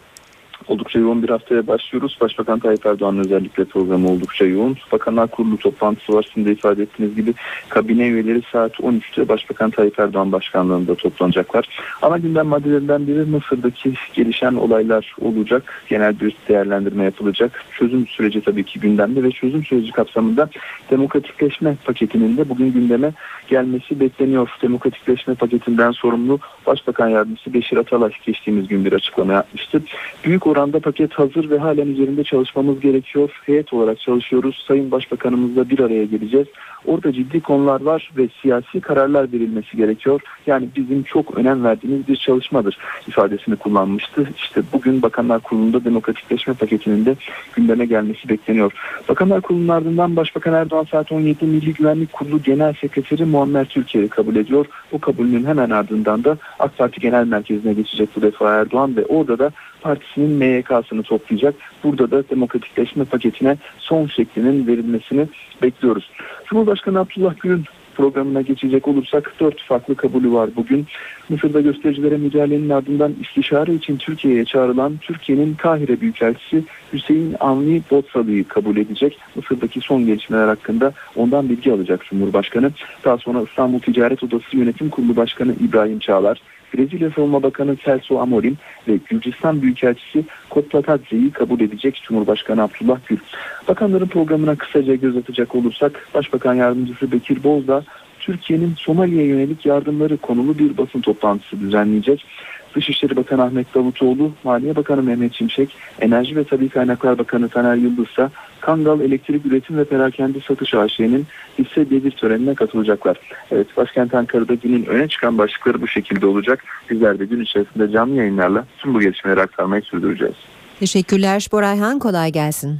Oldukça yoğun bir haftaya başlıyoruz. Başbakan Tayyip Erdoğan'ın özellikle programı oldukça yoğun. Bakanlar Kurulu toplantısı var. Sizin de ifade ettiğiniz gibi kabine üyeleri saat 13'te Başbakan Tayyip Erdoğan başkanlığında toplanacaklar. Ana gündem maddelerinden biri Mısır'daki gelişen olaylar olacak. Genel bir değerlendirme yapılacak. Çözüm süreci tabii ki gündemde ve çözüm süreci kapsamında demokratikleşme paketinin de bugün gündeme gelmesi bekleniyor. Demokratikleşme paketinden sorumlu Başbakan Yardımcısı Beşir Atalay geçtiğimiz gün bir açıklama yapmıştı. Büyük oranda paket hazır ve halen üzerinde çalışmamız gerekiyor. Heyet olarak çalışıyoruz. Sayın Başbakanımızla bir araya geleceğiz. Orada ciddi konular var ve siyasi kararlar verilmesi gerekiyor. Yani bizim çok önem verdiğimiz bir çalışmadır ifadesini kullanmıştı. İşte bugün Bakanlar Kurulu'nda demokratikleşme paketinin de gündeme gelmesi bekleniyor. Bakanlar Kurulu'nun ardından Başbakan Erdoğan saat 17 Milli Güvenlik Kurulu Genel Sekreteri Muammer Türkiye'yi kabul ediyor. O kabulünün hemen ardından da AK Parti Genel Merkezi'ne geçecek bu defa Erdoğan ve orada da partisinin MYK'sını toplayacak. Burada da demokratikleşme paketine son şeklinin verilmesini bekliyoruz. Cumhurbaşkanı Abdullah Gül'ün programına geçecek olursak 4 farklı kabulü var bugün. Mısır'da göstericilere müdahalenin ardından istişare için Türkiye'ye çağrılan Türkiye'nin Kahire Büyükelçisi Hüseyin Avni Botsalı'yı kabul edecek. Mısır'daki son gelişmeler hakkında ondan bilgi alacak Cumhurbaşkanı. Daha sonra İstanbul Ticaret Odası Yönetim Kurulu Başkanı İbrahim Çağlar, Brezilya Savunma Bakanı Celso Amorim ve Gürcistan Büyükelçisi Kotlatadze'yi kabul edecek Cumhurbaşkanı Abdullah Gül. Bakanların programına kısaca göz atacak olursak Başbakan Yardımcısı Bekir Bozdağ, Türkiye'nin Somali'ye yönelik yardımları konulu bir basın toplantısı düzenleyecek. Dışişleri Bakanı Ahmet Davutoğlu, Maliye Bakanı Mehmet Şimşek, Enerji ve Tabii Kaynaklar Bakanı Taner Yıldız ise Kangal Elektrik Üretim ve Perakende Satış AŞ'nin hisse devir törenine katılacaklar. Evet, başkent Ankara'da günün öne çıkan başlıkları bu şekilde olacak. Bizler de gün içerisinde canlı yayınlarla tüm bu gelişmeleri aktarmayı sürdüreceğiz. Teşekkürler Borayhan, kolay gelsin.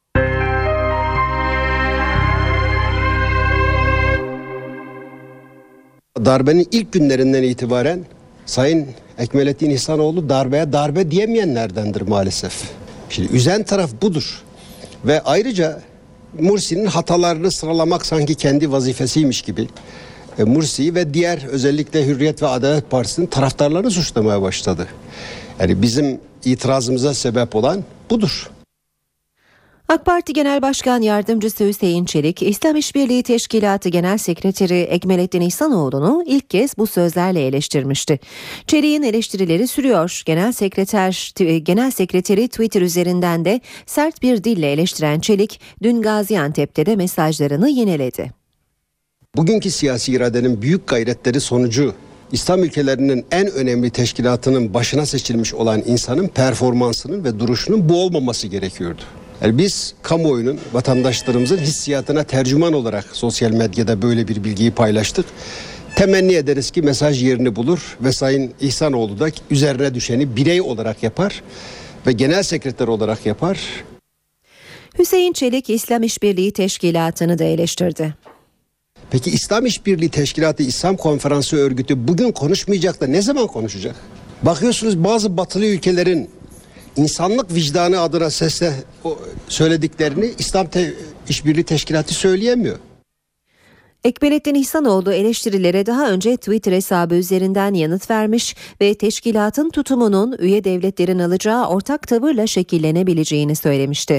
Darbenin ilk günlerinden itibaren Sayın Ekmelettin İhsanoğlu darbeye darbe diyemeyenlerdendir maalesef. Şimdi üzen taraf budur. Ve ayrıca Mursi'nin hatalarını sıralamak sanki kendi vazifesiymiş gibi Mursi'yi ve diğer özellikle Hürriyet ve Adalet Partisi'nin taraftarlarını suçlamaya başladı. Yani bizim itirazımıza sebep olan budur. AK Parti Genel Başkan Yardımcısı Hüseyin Çelik, İslam İşbirliği Teşkilatı Genel Sekreteri Ekmelettin İhsanoğlu'nu ilk kez bu sözlerle eleştirmişti. Çelik'in eleştirileri sürüyor. Genel Sekreteri Twitter üzerinden de sert bir dille eleştiren Çelik, dün Gaziantep'te de mesajlarını yineledi. Bugünkü siyasi iradenin büyük gayretleri sonucu İslam ülkelerinin en önemli teşkilatının başına seçilmiş olan insanın performansının ve duruşunun bu olmaması gerekiyordu. Yani biz kamuoyunun, vatandaşlarımızın hissiyatına tercüman olarak sosyal medyada böyle bir bilgiyi paylaştık. Temenni ederiz ki mesaj yerini bulur ve Sayın İhsanoğlu da üzerine düşeni birey olarak yapar ve genel sekreter olarak yapar. Hüseyin Çelik İslam İşbirliği Teşkilatı'nı da eleştirdi. Peki İslam İşbirliği Teşkilatı, İslam Konferansı Örgütü bugün konuşmayacak da ne zaman konuşacak? Bakıyorsunuz bazı batılı ülkelerin insanlık vicdanı adına sesle söylediklerini İslam İşbirliği Teşkilatı söyleyemiyor. Ekmelettin İhsanoğlu eleştirilere daha önce Twitter hesabı üzerinden yanıt vermiş ve teşkilatın tutumunun üye devletlerin alacağı ortak tavırla şekillenebileceğini söylemişti.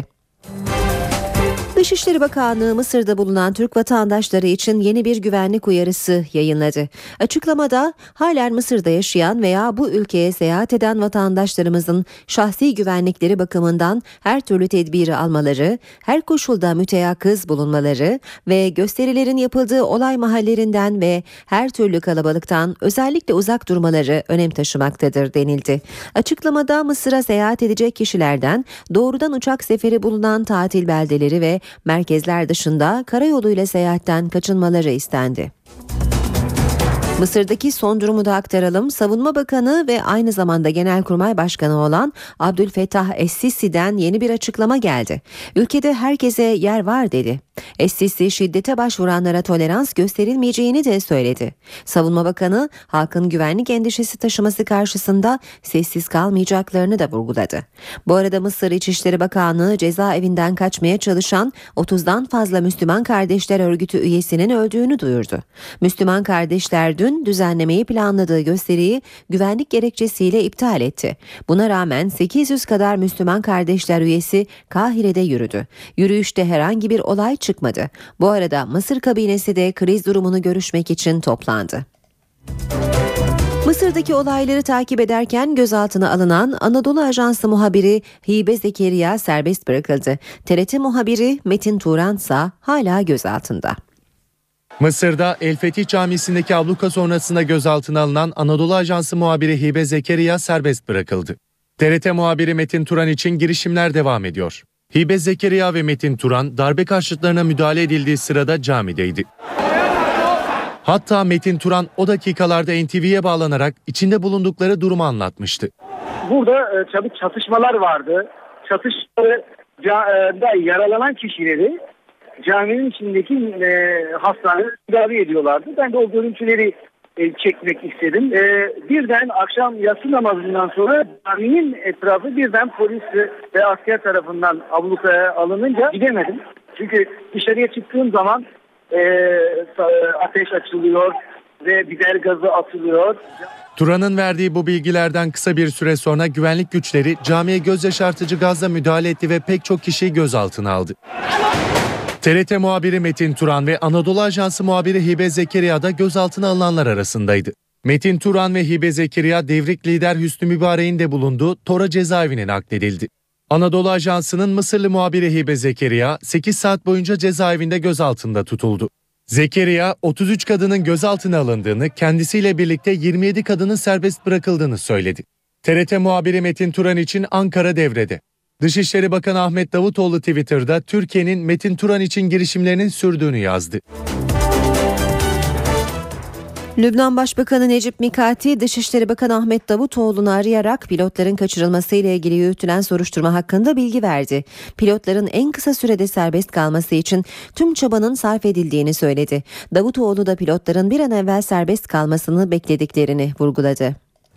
Dışişleri Bakanlığı Mısır'da bulunan Türk vatandaşları için yeni bir güvenlik uyarısı yayınladı. Açıklamada halen Mısır'da yaşayan veya bu ülkeye seyahat eden vatandaşlarımızın şahsi güvenlikleri bakımından her türlü tedbiri almaları, her koşulda müteyakkız bulunmaları ve gösterilerin yapıldığı olay mahallerinden ve her türlü kalabalıktan özellikle uzak durmaları önem taşımaktadır denildi. Açıklamada Mısır'a seyahat edecek kişilerden doğrudan uçak seferi bulunan tatil beldeleri ve merkezler dışında karayoluyla seyahatten kaçınmaları istendi. Mısır'daki son durumu da aktaralım. Savunma Bakanı ve aynı zamanda Genelkurmay Başkanı olan Abdülfettah Es-Sisi'den yeni bir açıklama geldi. Ülkede herkese yer var dedi. Es-Sisi şiddete başvuranlara tolerans gösterilmeyeceğini de söyledi. Savunma Bakanı halkın güvenlik endişesi taşıması karşısında sessiz kalmayacaklarını da vurguladı. Bu arada Mısır İçişleri Bakanlığı cezaevinden kaçmaya çalışan 30'dan fazla Müslüman Kardeşler Örgütü üyesinin öldüğünü duyurdu. Müslüman kardeşler dün düzenlemeyi planladığı gösteriyi güvenlik gerekçesiyle iptal etti. Buna rağmen 800 kadar Müslüman Kardeşler üyesi Kahire'de yürüdü. Yürüyüşte herhangi bir olay çıkmadı. Bu arada Mısır kabinesi de kriz durumunu görüşmek için toplandı. Mısır'daki olayları takip ederken gözaltına alınan Anadolu Ajansı muhabiri Hibe Zekeriya serbest bırakıldı. TRT muhabiri Metin Turan ise hala gözaltında. Mısır'da El Fetih Camisi'ndeki abluka sonrasında gözaltına alınan Anadolu Ajansı muhabiri Hibe Zekeriya serbest bırakıldı. TRT muhabiri Metin Turan için girişimler devam ediyor. Hibe Zekeriya ve Metin Turan darbe karşıtlarına müdahale edildiği sırada camideydi. Hatta Metin Turan o dakikalarda NTV'ye bağlanarak içinde bulundukları durumu anlatmıştı. Burada tabii çatışmalar vardı. Çatışmalarda yaralanan kişileri caminin içindeki hastaneye tedavi ediyorlardı. Ben de o görüntüleri çekmek istedim. Birden akşam yatsı namazından sonra caminin etrafı birden polis ve asker tarafından ablukaya alınınca gidemedim. Çünkü dışarıya çıktığım zaman ateş açılıyor ve biber gazı atılıyor. Turan'ın verdiği bu bilgilerden kısa bir süre sonra güvenlik güçleri camiye göz yaşartıcı gazla müdahale etti ve pek çok kişiyi gözaltına aldı. TRT muhabiri Metin Turan ve Anadolu Ajansı muhabiri Hibe Zekeriya da gözaltına alınanlar arasındaydı. Metin Turan ve Hibe Zekeriya devrik lider Hüsnü Mübarek'in de bulunduğu Tora cezaevine nakledildi. Anadolu Ajansı'nın Mısırlı muhabiri Hibe Zekeriya 8 saat boyunca cezaevinde gözaltında tutuldu. Zekeriya 33 kadının gözaltına alındığını, kendisiyle birlikte 27 kadının serbest bırakıldığını söyledi. TRT muhabiri Metin Turan için Ankara devrede. Dışişleri Bakanı Ahmet Davutoğlu Twitter'da Türkiye'nin Metin Turan için girişimlerinin sürdüğünü yazdı. Lübnan Başbakanı Necip Mikati, Dışişleri Bakanı Ahmet Davutoğlu'nu arayarak pilotların kaçırılmasıyla ilgili yürütülen soruşturma hakkında bilgi verdi. Pilotların en kısa sürede serbest kalması için tüm çabanın sarf edildiğini söyledi. Davutoğlu da pilotların bir an evvel serbest kalmasını beklediklerini vurguladı.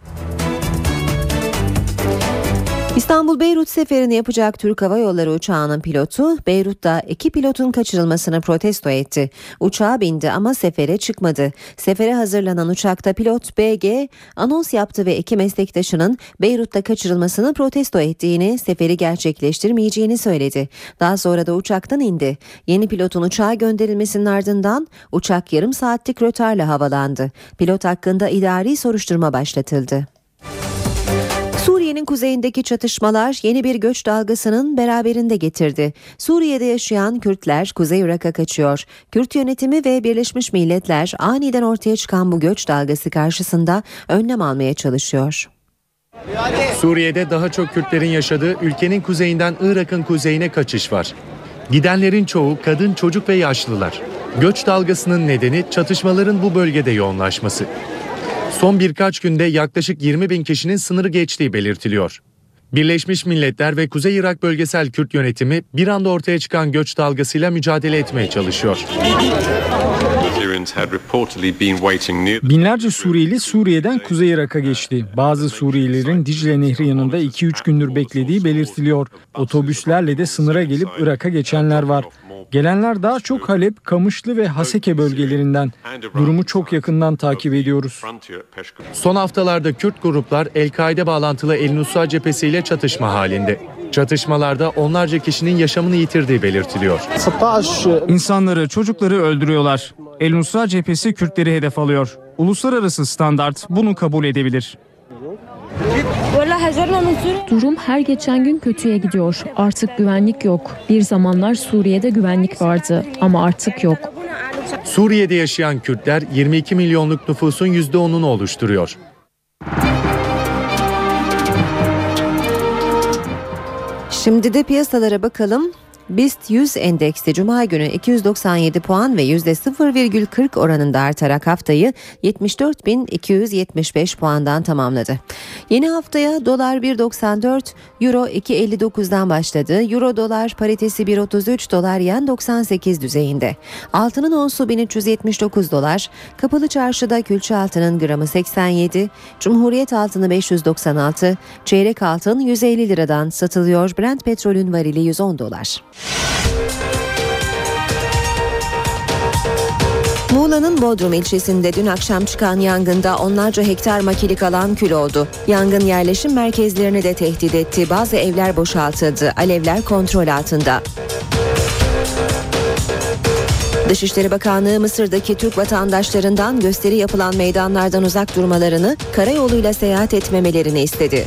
İstanbul-Beyrut seferini yapacak Türk Hava Yolları uçağının pilotu Beyrut'ta 2 pilotun kaçırılmasını protesto etti. Uçağa bindi ama sefere çıkmadı. Sefere hazırlanan uçakta pilot BG anons yaptı ve 2 meslektaşının Beyrut'ta kaçırılmasını protesto ettiğini, seferi gerçekleştirmeyeceğini söyledi. Daha sonra da uçaktan indi. Yeni pilotun uçağa gönderilmesinin ardından uçak yarım saatlik rötarla havalandı. Pilot hakkında idari soruşturma başlatıldı. Suriye'nin kuzeyindeki çatışmalar yeni bir göç dalgasının beraberinde getirdi. Suriye'de yaşayan Kürtler Kuzey Irak'a kaçıyor. Kürt yönetimi ve Birleşmiş Milletler aniden ortaya çıkan bu göç dalgası karşısında önlem almaya çalışıyor. Suriye'de daha çok Kürtlerin yaşadığı ülkenin kuzeyinden Irak'ın kuzeyine kaçış var. Gidenlerin çoğu kadın, çocuk ve yaşlılar. Göç dalgasının nedeni çatışmaların bu bölgede yoğunlaşması. Son birkaç günde yaklaşık 20 bin kişinin sınırı geçtiği belirtiliyor. Birleşmiş Milletler ve Kuzey Irak Bölgesel Kürt Yönetimi bir anda ortaya çıkan göç dalgasıyla mücadele etmeye çalışıyor. Binlerce Suriyeli Suriye'den Kuzey Irak'a geçti. Bazı Suriyelilerin Dicle Nehri yanında 2-3 gündür beklediği belirtiliyor. Otobüslerle de sınıra gelip Irak'a geçenler var. Gelenler daha çok Halep, Kamışlı ve Haseke bölgelerinden. Durumu çok yakından takip ediyoruz. Son haftalarda Kürt gruplar El-Kaide bağlantılı El-Nusra cephesiyle çatışma halinde. Çatışmalarda onlarca kişinin yaşamını yitirdiği belirtiliyor. İnsanları, çocukları öldürüyorlar. El-Nusra cephesi Kürtleri hedef alıyor. Uluslararası standart bunu kabul edebilir. Durum her geçen gün kötüye gidiyor. Artık güvenlik yok. Bir zamanlar Suriye'de güvenlik vardı ama artık yok. Suriye'de yaşayan Kürtler 22 milyonluk nüfusun %10'unu oluşturuyor. Şimdi de piyasalara bakalım. BIST 100 endeksi Cuma günü 297 puan ve %0,40 oranında artarak haftayı 74.275 puandan tamamladı. Yeni haftaya dolar 1.94, euro 2.59'dan başladı. Euro dolar paritesi 1.33, dolar yen 98 düzeyinde. Altının onsu 1379 dolar. Kapalı çarşıda külçe altının gramı 87, Cumhuriyet altını 596, çeyrek altın 150 liradan satılıyor. Brent petrolün varili 110 dolar. Muğla'nın Bodrum ilçesinde dün akşam çıkan yangında onlarca hektar makilik alan kül oldu. Yangın yerleşim merkezlerini de tehdit etti. Bazı evler boşaltıldı. Alevler kontrol altında. Dışişleri Bakanlığı Mısır'daki Türk vatandaşlarından gösteri yapılan meydanlardan uzak durmalarını, karayoluyla seyahat etmemelerini istedi.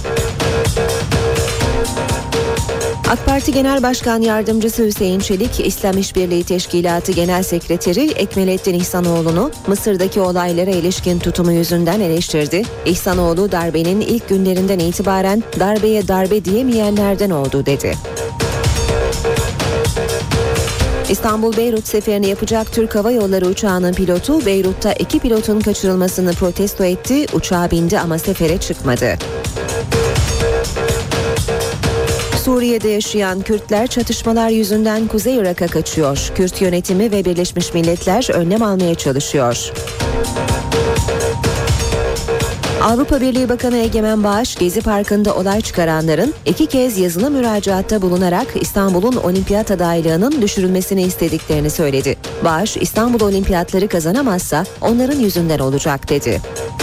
AK Parti Genel Başkan Yardımcısı Hüseyin Çelik, İslam İşbirliği Teşkilatı Genel Sekreteri Ekmelettin İhsanoğlu'nu Mısır'daki olaylara ilişkin tutumu yüzünden eleştirdi. İhsanoğlu, darbenin ilk günlerinden itibaren darbeye darbe diyemeyenlerden oldu dedi. İstanbul-Beyrut seferini yapacak Türk Hava Yolları uçağının pilotu Beyrut'ta 2 pilotun kaçırılmasını protesto etti. Uçağa bindi ama sefere çıkmadı. Suriye'de yaşayan Kürtler çatışmalar yüzünden Kuzey Irak'a kaçıyor. Kürt yönetimi ve Birleşmiş Milletler önlem almaya çalışıyor. Avrupa Birliği Bakanı Egemen Bağış, Gezi Parkı'nda olay çıkaranların 2 kez yazılı müracaatta bulunarak İstanbul'un olimpiyat adaylığının düşürülmesini istediklerini söyledi. Bağış, İstanbul olimpiyatları kazanamazsa onların yüzünden olacak dedi.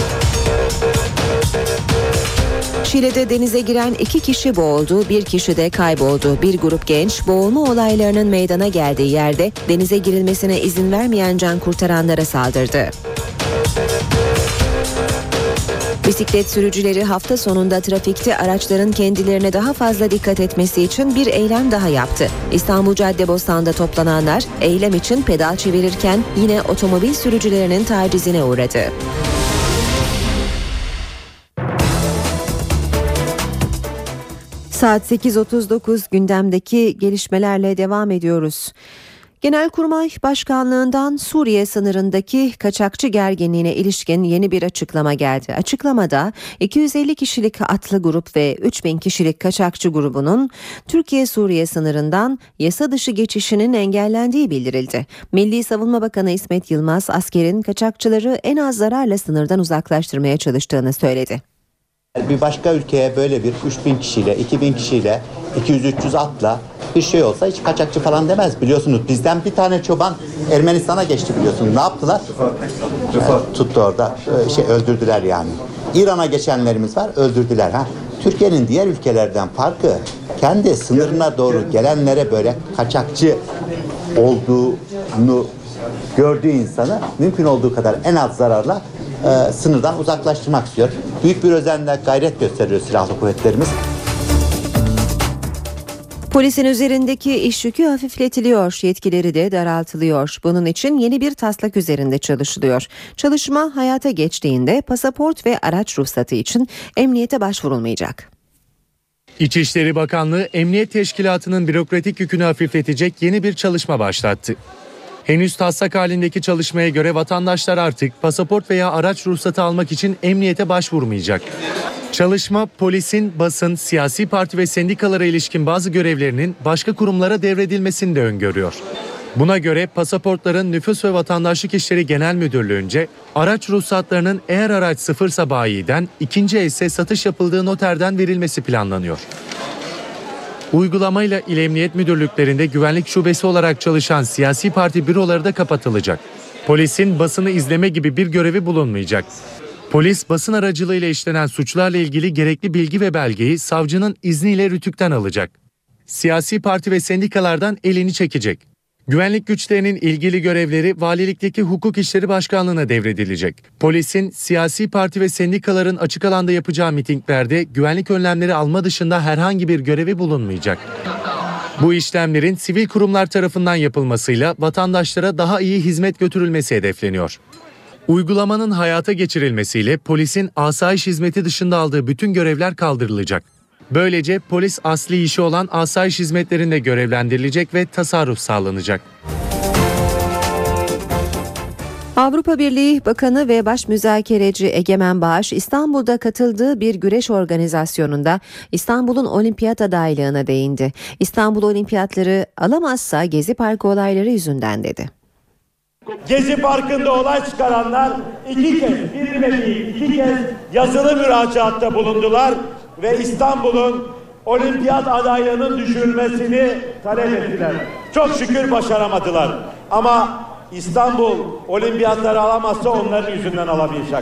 Şile'de denize giren 2 kişi boğuldu, 1 kişi de kayboldu. Bir grup genç boğulma olaylarının meydana geldiği yerde denize girilmesine izin vermeyen can kurtaranlara saldırdı. Bisiklet sürücüleri hafta sonunda trafikte araçların kendilerine daha fazla dikkat etmesi için bir eylem daha yaptı. İstanbul Caddebostan'da toplananlar eylem için pedal çevirirken yine otomobil sürücülerinin tacizine uğradı. Saat 8.39, gündemdeki gelişmelerle devam ediyoruz. Genelkurmay Başkanlığından Suriye sınırındaki kaçakçı gerginliğine ilişkin yeni bir açıklama geldi. Açıklamada 250 kişilik atlı grup ve 3000 kişilik kaçakçı grubunun Türkiye-Suriye sınırından yasa dışı geçişinin engellendiği bildirildi. Milli Savunma Bakanı İsmet Yılmaz, askerin kaçakçıları en az zararla sınırdan uzaklaştırmaya çalıştığını söyledi. Bir başka ülkeye böyle bir 3000 kişiyle, 2000 kişiyle, 200-300 atla bir şey olsa hiç kaçakçı falan demez. Biliyorsunuz bizden bir tane çoban Ermenistan'a geçti biliyorsunuz. Ne yaptılar? Tuttu orada. Öldürdüler yani. İran'a geçenlerimiz var, öldürdüler. Türkiye'nin diğer ülkelerden farkı kendi sınırına doğru gelenlere böyle kaçakçı olduğunu gördüğü insanı mümkün olduğu kadar en az zararla sınırdan uzaklaştırmak istiyor. Büyük bir özenle gayret gösteriyor silahlı kuvvetlerimiz. Polisin üzerindeki iş yükü hafifletiliyor, yetkileri de daraltılıyor. Bunun için yeni bir taslak üzerinde çalışılıyor. Çalışma hayata geçtiğinde pasaport ve araç ruhsatı için emniyete başvurulmayacak. İçişleri Bakanlığı Emniyet Teşkilatı'nın bürokratik yükünü hafifletecek yeni bir çalışma başlattı. Henüz taslak halindeki çalışmaya göre vatandaşlar artık pasaport veya araç ruhsatı almak için emniyete başvurmayacak. Çalışma, polisin, basın, siyasi parti ve sendikalara ilişkin bazı görevlerinin başka kurumlara devredilmesini de öngörüyor. Buna göre pasaportların Nüfus ve Vatandaşlık İşleri Genel Müdürlüğü'nce, araç ruhsatlarının eğer araç sıfırsa bayiden, ikinci else satış yapıldığı noterden verilmesi planlanıyor. Uygulamayla İl Emniyet Müdürlüklerinde güvenlik şubesi olarak çalışan siyasi parti büroları da kapatılacak. Polisin basını izleme gibi bir görevi bulunmayacak. Polis basın aracılığıyla işlenen suçlarla ilgili gerekli bilgi ve belgeyi savcının izniyle Rütük'ten alacak. Siyasi parti ve sendikalardan elini çekecek. Güvenlik güçlerinin ilgili görevleri Valilikteki Hukuk İşleri Başkanlığı'na devredilecek. Polisin siyasi parti ve sendikaların açık alanda yapacağı mitinglerde güvenlik önlemleri alma dışında herhangi bir görevi bulunmayacak. Bu işlemlerin sivil kurumlar tarafından yapılmasıyla vatandaşlara daha iyi hizmet götürülmesi hedefleniyor. Uygulamanın hayata geçirilmesiyle polisin asayiş hizmeti dışında aldığı bütün görevler kaldırılacak. Böylece polis asli işi olan asayiş hizmetlerinde görevlendirilecek ve tasarruf sağlanacak. Avrupa Birliği Bakanı ve Baş Müzakereci Egemen Bağış, İstanbul'da katıldığı bir güreş organizasyonunda İstanbul'un olimpiyat adaylığına değindi. İstanbul olimpiyatları alamazsa Gezi Parkı olayları yüzünden dedi. Gezi Parkı'nda olay çıkaranlar iki kez yazılı müracaatta bulundular ve İstanbul'un olimpiyat adaylığının düşürülmesini talep ettiler. Çok şükür başaramadılar. Ama İstanbul olimpiyatları alamazsa onların yüzünden alamayacak.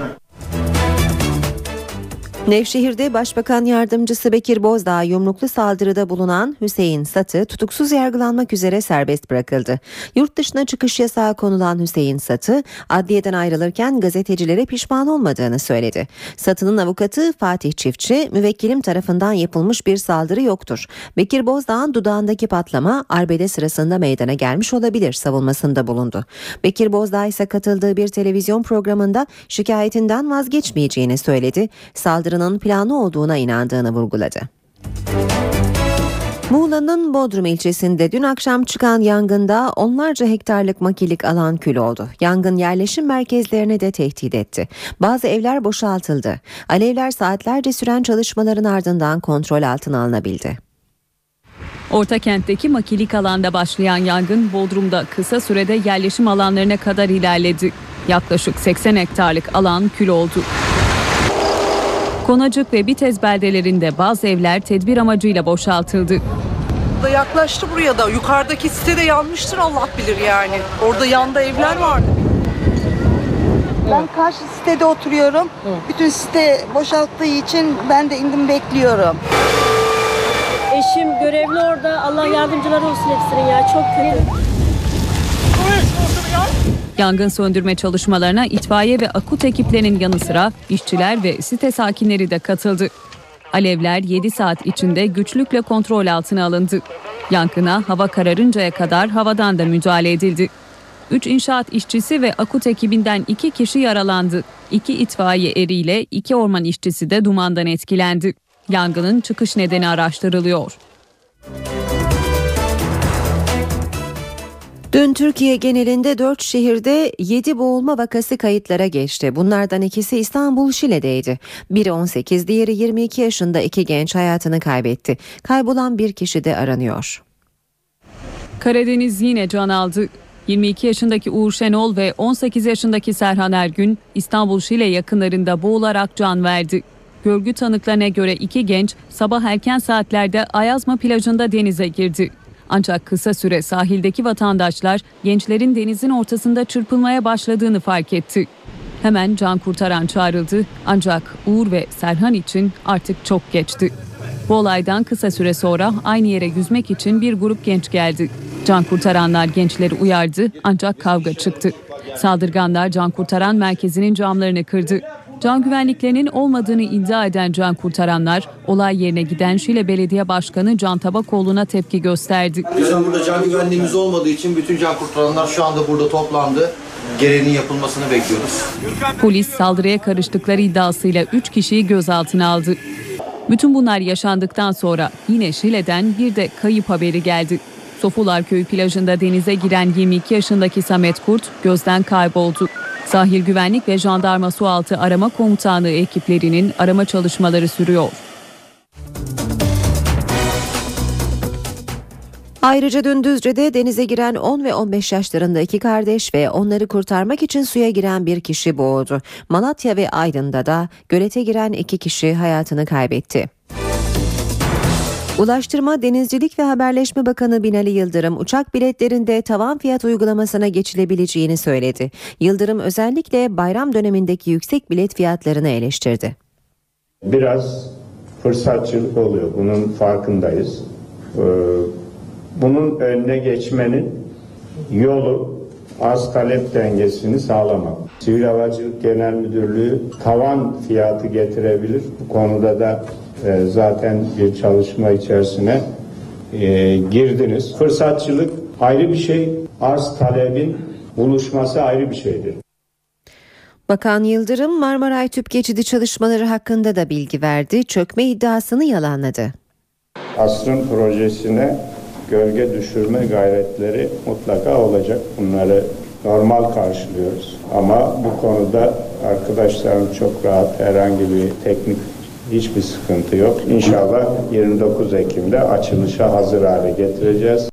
Nevşehir'de Başbakan Yardımcısı Bekir Bozdağ yumruklu saldırıda bulunan Hüseyin Satı tutuksuz yargılanmak üzere serbest bırakıldı. Yurt dışına çıkış yasağı konulan Hüseyin Satı, adliyeden ayrılırken gazetecilere pişman olmadığını söyledi. Satı'nın avukatı Fatih Çiftçi, müvekkilim tarafından yapılmış bir saldırı yoktur. Bekir Bozdağ'ın dudağındaki patlama arbede sırasında meydana gelmiş olabilir savunmasında bulundu. Bekir Bozdağ ise katıldığı bir televizyon programında şikayetinden vazgeçmeyeceğini söyledi. Saldırının planı olduğuna inandığını vurguladı. Muğla'nın Bodrum ilçesinde dün akşam çıkan yangında onlarca hektarlık makilik alan kül oldu. Yangın yerleşim merkezlerini de tehdit etti. Bazı evler boşaltıldı. Alevler saatlerce süren çalışmaların ardından kontrol altına alınabildi. Ortakent'teki makilik alanda başlayan yangın Bodrum'da kısa sürede yerleşim alanlarına kadar ilerledi. Yaklaşık 80 hektarlık alan kül oldu. Konacık ve Bitez beldelerinde bazı evler tedbir amacıyla boşaltıldı. Yaklaştı buraya da. Yukarıdaki site de yanmıştır, Allah bilir yani. Orada yanda evler vardı. Ben karşı sitede oturuyorum. Bütün site boşalttığı için ben de indim bekliyorum. Eşim görevli orada. Allah yardımcıları olsun hepsinin ya. Çok kötü. Yangın söndürme çalışmalarına itfaiye ve akut ekiplerinin yanı sıra işçiler ve site sakinleri de katıldı. Alevler 7 saat içinde güçlükle kontrol altına alındı. Yangına hava kararıncaya kadar havadan da müdahale edildi. 3 inşaat işçisi ve akut ekibinden 2 kişi yaralandı. 2 itfaiye eriyle 2 orman işçisi de dumandan etkilendi. Yangının çıkış nedeni araştırılıyor. Dün Türkiye genelinde 4 şehirde 7 boğulma vakası kayıtlara geçti. Bunlardan ikisi İstanbul Şile'deydi. Biri 18, diğeri 22 yaşında 2 genç hayatını kaybetti. Kaybolan bir kişi de aranıyor. Karadeniz yine can aldı. 22 yaşındaki Uğur Şenol ve 18 yaşındaki Serhan Ergün İstanbul Şile yakınlarında boğularak can verdi. Görgü tanıklarına göre 2 genç sabah erken saatlerde Ayazma plajında denize girdi. Ancak kısa süre sahildeki vatandaşlar gençlerin denizin ortasında çırpılmaya başladığını fark etti. Hemen can kurtaran çağrıldı ancak Uğur ve Serhan için artık çok geçti. Bu olaydan kısa süre sonra aynı yere yüzmek için bir grup genç geldi. Can kurtaranlar gençleri uyardı ancak kavga çıktı. Saldırganlar can kurtaran merkezinin camlarını kırdı. Can güvenliklerinin olmadığını iddia eden can kurtaranlar olay yerine giden Şile Belediye Başkanı Can Tabakoğlu'na tepki gösterdi. Bizim burada can güvenliğimiz olmadığı için bütün can kurtaranlar şu anda burada toplandı. Gereğinin yapılmasını bekliyoruz. Polis saldırıya karıştıkları iddiasıyla 3 kişiyi gözaltına aldı. Bütün bunlar yaşandıktan sonra yine Şile'den bir de kayıp haberi geldi. Sofular Köyü plajında denize giren 22 yaşındaki Samet Kurt gözden kayboldu. Sahil Güvenlik ve Jandarma Sualtı Arama Komutanlığı ekiplerinin arama çalışmaları sürüyor. Ayrıca dün Düzce'de denize giren 10 ve 15 yaşlarında 2 kardeş ve onları kurtarmak için suya giren bir kişi boğuldu. Malatya ve Aydın'da da gölete giren 2 kişi hayatını kaybetti. Ulaştırma, Denizcilik ve Haberleşme Bakanı Binali Yıldırım uçak biletlerinde tavan fiyat uygulamasına geçilebileceğini söyledi. Yıldırım özellikle bayram dönemindeki yüksek bilet fiyatlarını eleştirdi. Biraz fırsatçılık oluyor. Bunun farkındayız. Bunun önüne geçmenin yolu arz talep dengesini sağlamak. Sivil Havacılık Genel Müdürlüğü tavan fiyatı getirebilir. Bu konuda da zaten bir çalışma içerisine girdiniz. Fırsatçılık ayrı bir şey, arz talebin buluşması ayrı bir şeydir. Bakan Yıldırım Marmaray Tüp Geçidi çalışmaları hakkında da bilgi verdi. Çökme iddiasını yalanladı. Asrın projesine gölge düşürme gayretleri mutlaka olacak. Bunları normal karşılıyoruz. Ama bu konuda arkadaşlarım çok rahat, herhangi bir teknik hiçbir sıkıntı yok. İnşallah 29 Ekim'de açılışa hazır hale getireceğiz.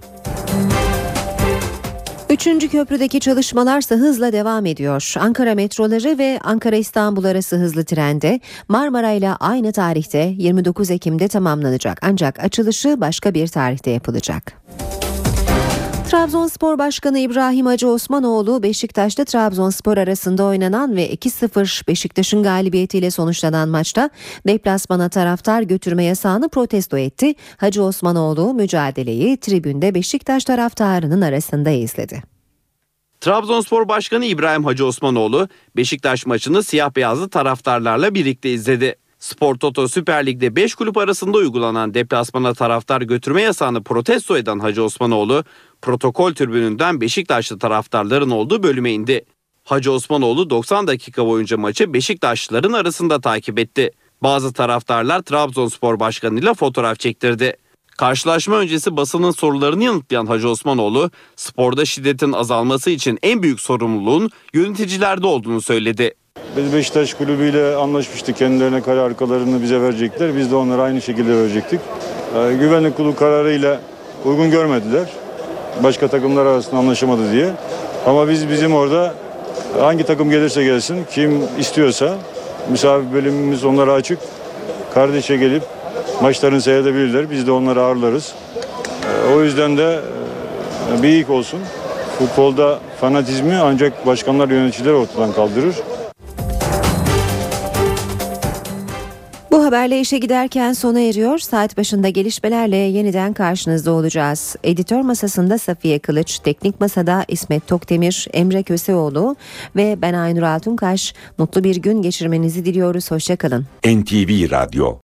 3. köprüdeki çalışmalarsa hızla devam ediyor. Ankara metroları ve Ankara-İstanbul arası hızlı trende Marmara ile aynı tarihte 29 Ekim'de tamamlanacak. Ancak açılışı başka bir tarihte yapılacak. Trabzonspor Başkanı İbrahim Hacı Osmanoğlu, Beşiktaş'ta Trabzonspor arasında oynanan ve 2-0 Beşiktaş'ın galibiyetiyle sonuçlanan maçta deplasmana taraftar götürme yasağını protesto etti. Hacı Osmanoğlu mücadeleyi tribünde Beşiktaş taraftarının arasında izledi. Trabzonspor Başkanı İbrahim Hacı Osmanoğlu, Beşiktaş maçını siyah beyazlı taraftarlarla birlikte izledi. Spor Toto Süper Lig'de 5 kulüp arasında uygulanan deplasmana taraftar götürme yasağını protesto eden Hacı Osmanoğlu, protokol tribününden Beşiktaşlı taraftarların olduğu bölüme indi. Hacı Osmanoğlu 90 dakika boyunca maçı Beşiktaşlıların arasında takip etti. Bazı taraftarlar Trabzonspor Başkanı'yla fotoğraf çektirdi. Karşılaşma öncesi basının sorularını yanıtlayan Hacı Osmanoğlu, sporda şiddetin azalması için en büyük sorumluluğun yöneticilerde olduğunu söyledi. Biz Beşiktaş kulübüyle anlaşmıştık. Kendilerine kale arkalarını bize verecekler. Biz de onlara aynı şekilde verecektik. Güvenlik kurulu kararıyla uygun görmediler. Başka takımlar arasında anlaşamadı diye. Ama bizim orada hangi takım gelirse gelsin, kim istiyorsa misafir bölümümüz onlara açık. Kardeşe gelip maçlarını seyredebilirler. Biz de onları ağırlarız. O yüzden de bir ilk olsun. Futbolda fanatizmi ancak başkanlar, yöneticiler ortadan kaldırır. Bu haberle işe giderken sona eriyor. Saat başında gelişmelerle yeniden karşınızda olacağız. Editör masasında Safiye Kılıç, teknik masada İsmet Tokdemir, Emre Köseoğlu ve ben Aynur Altunkaş. Mutlu bir gün geçirmenizi diliyoruz. Hoşça kalın. NTV Radyo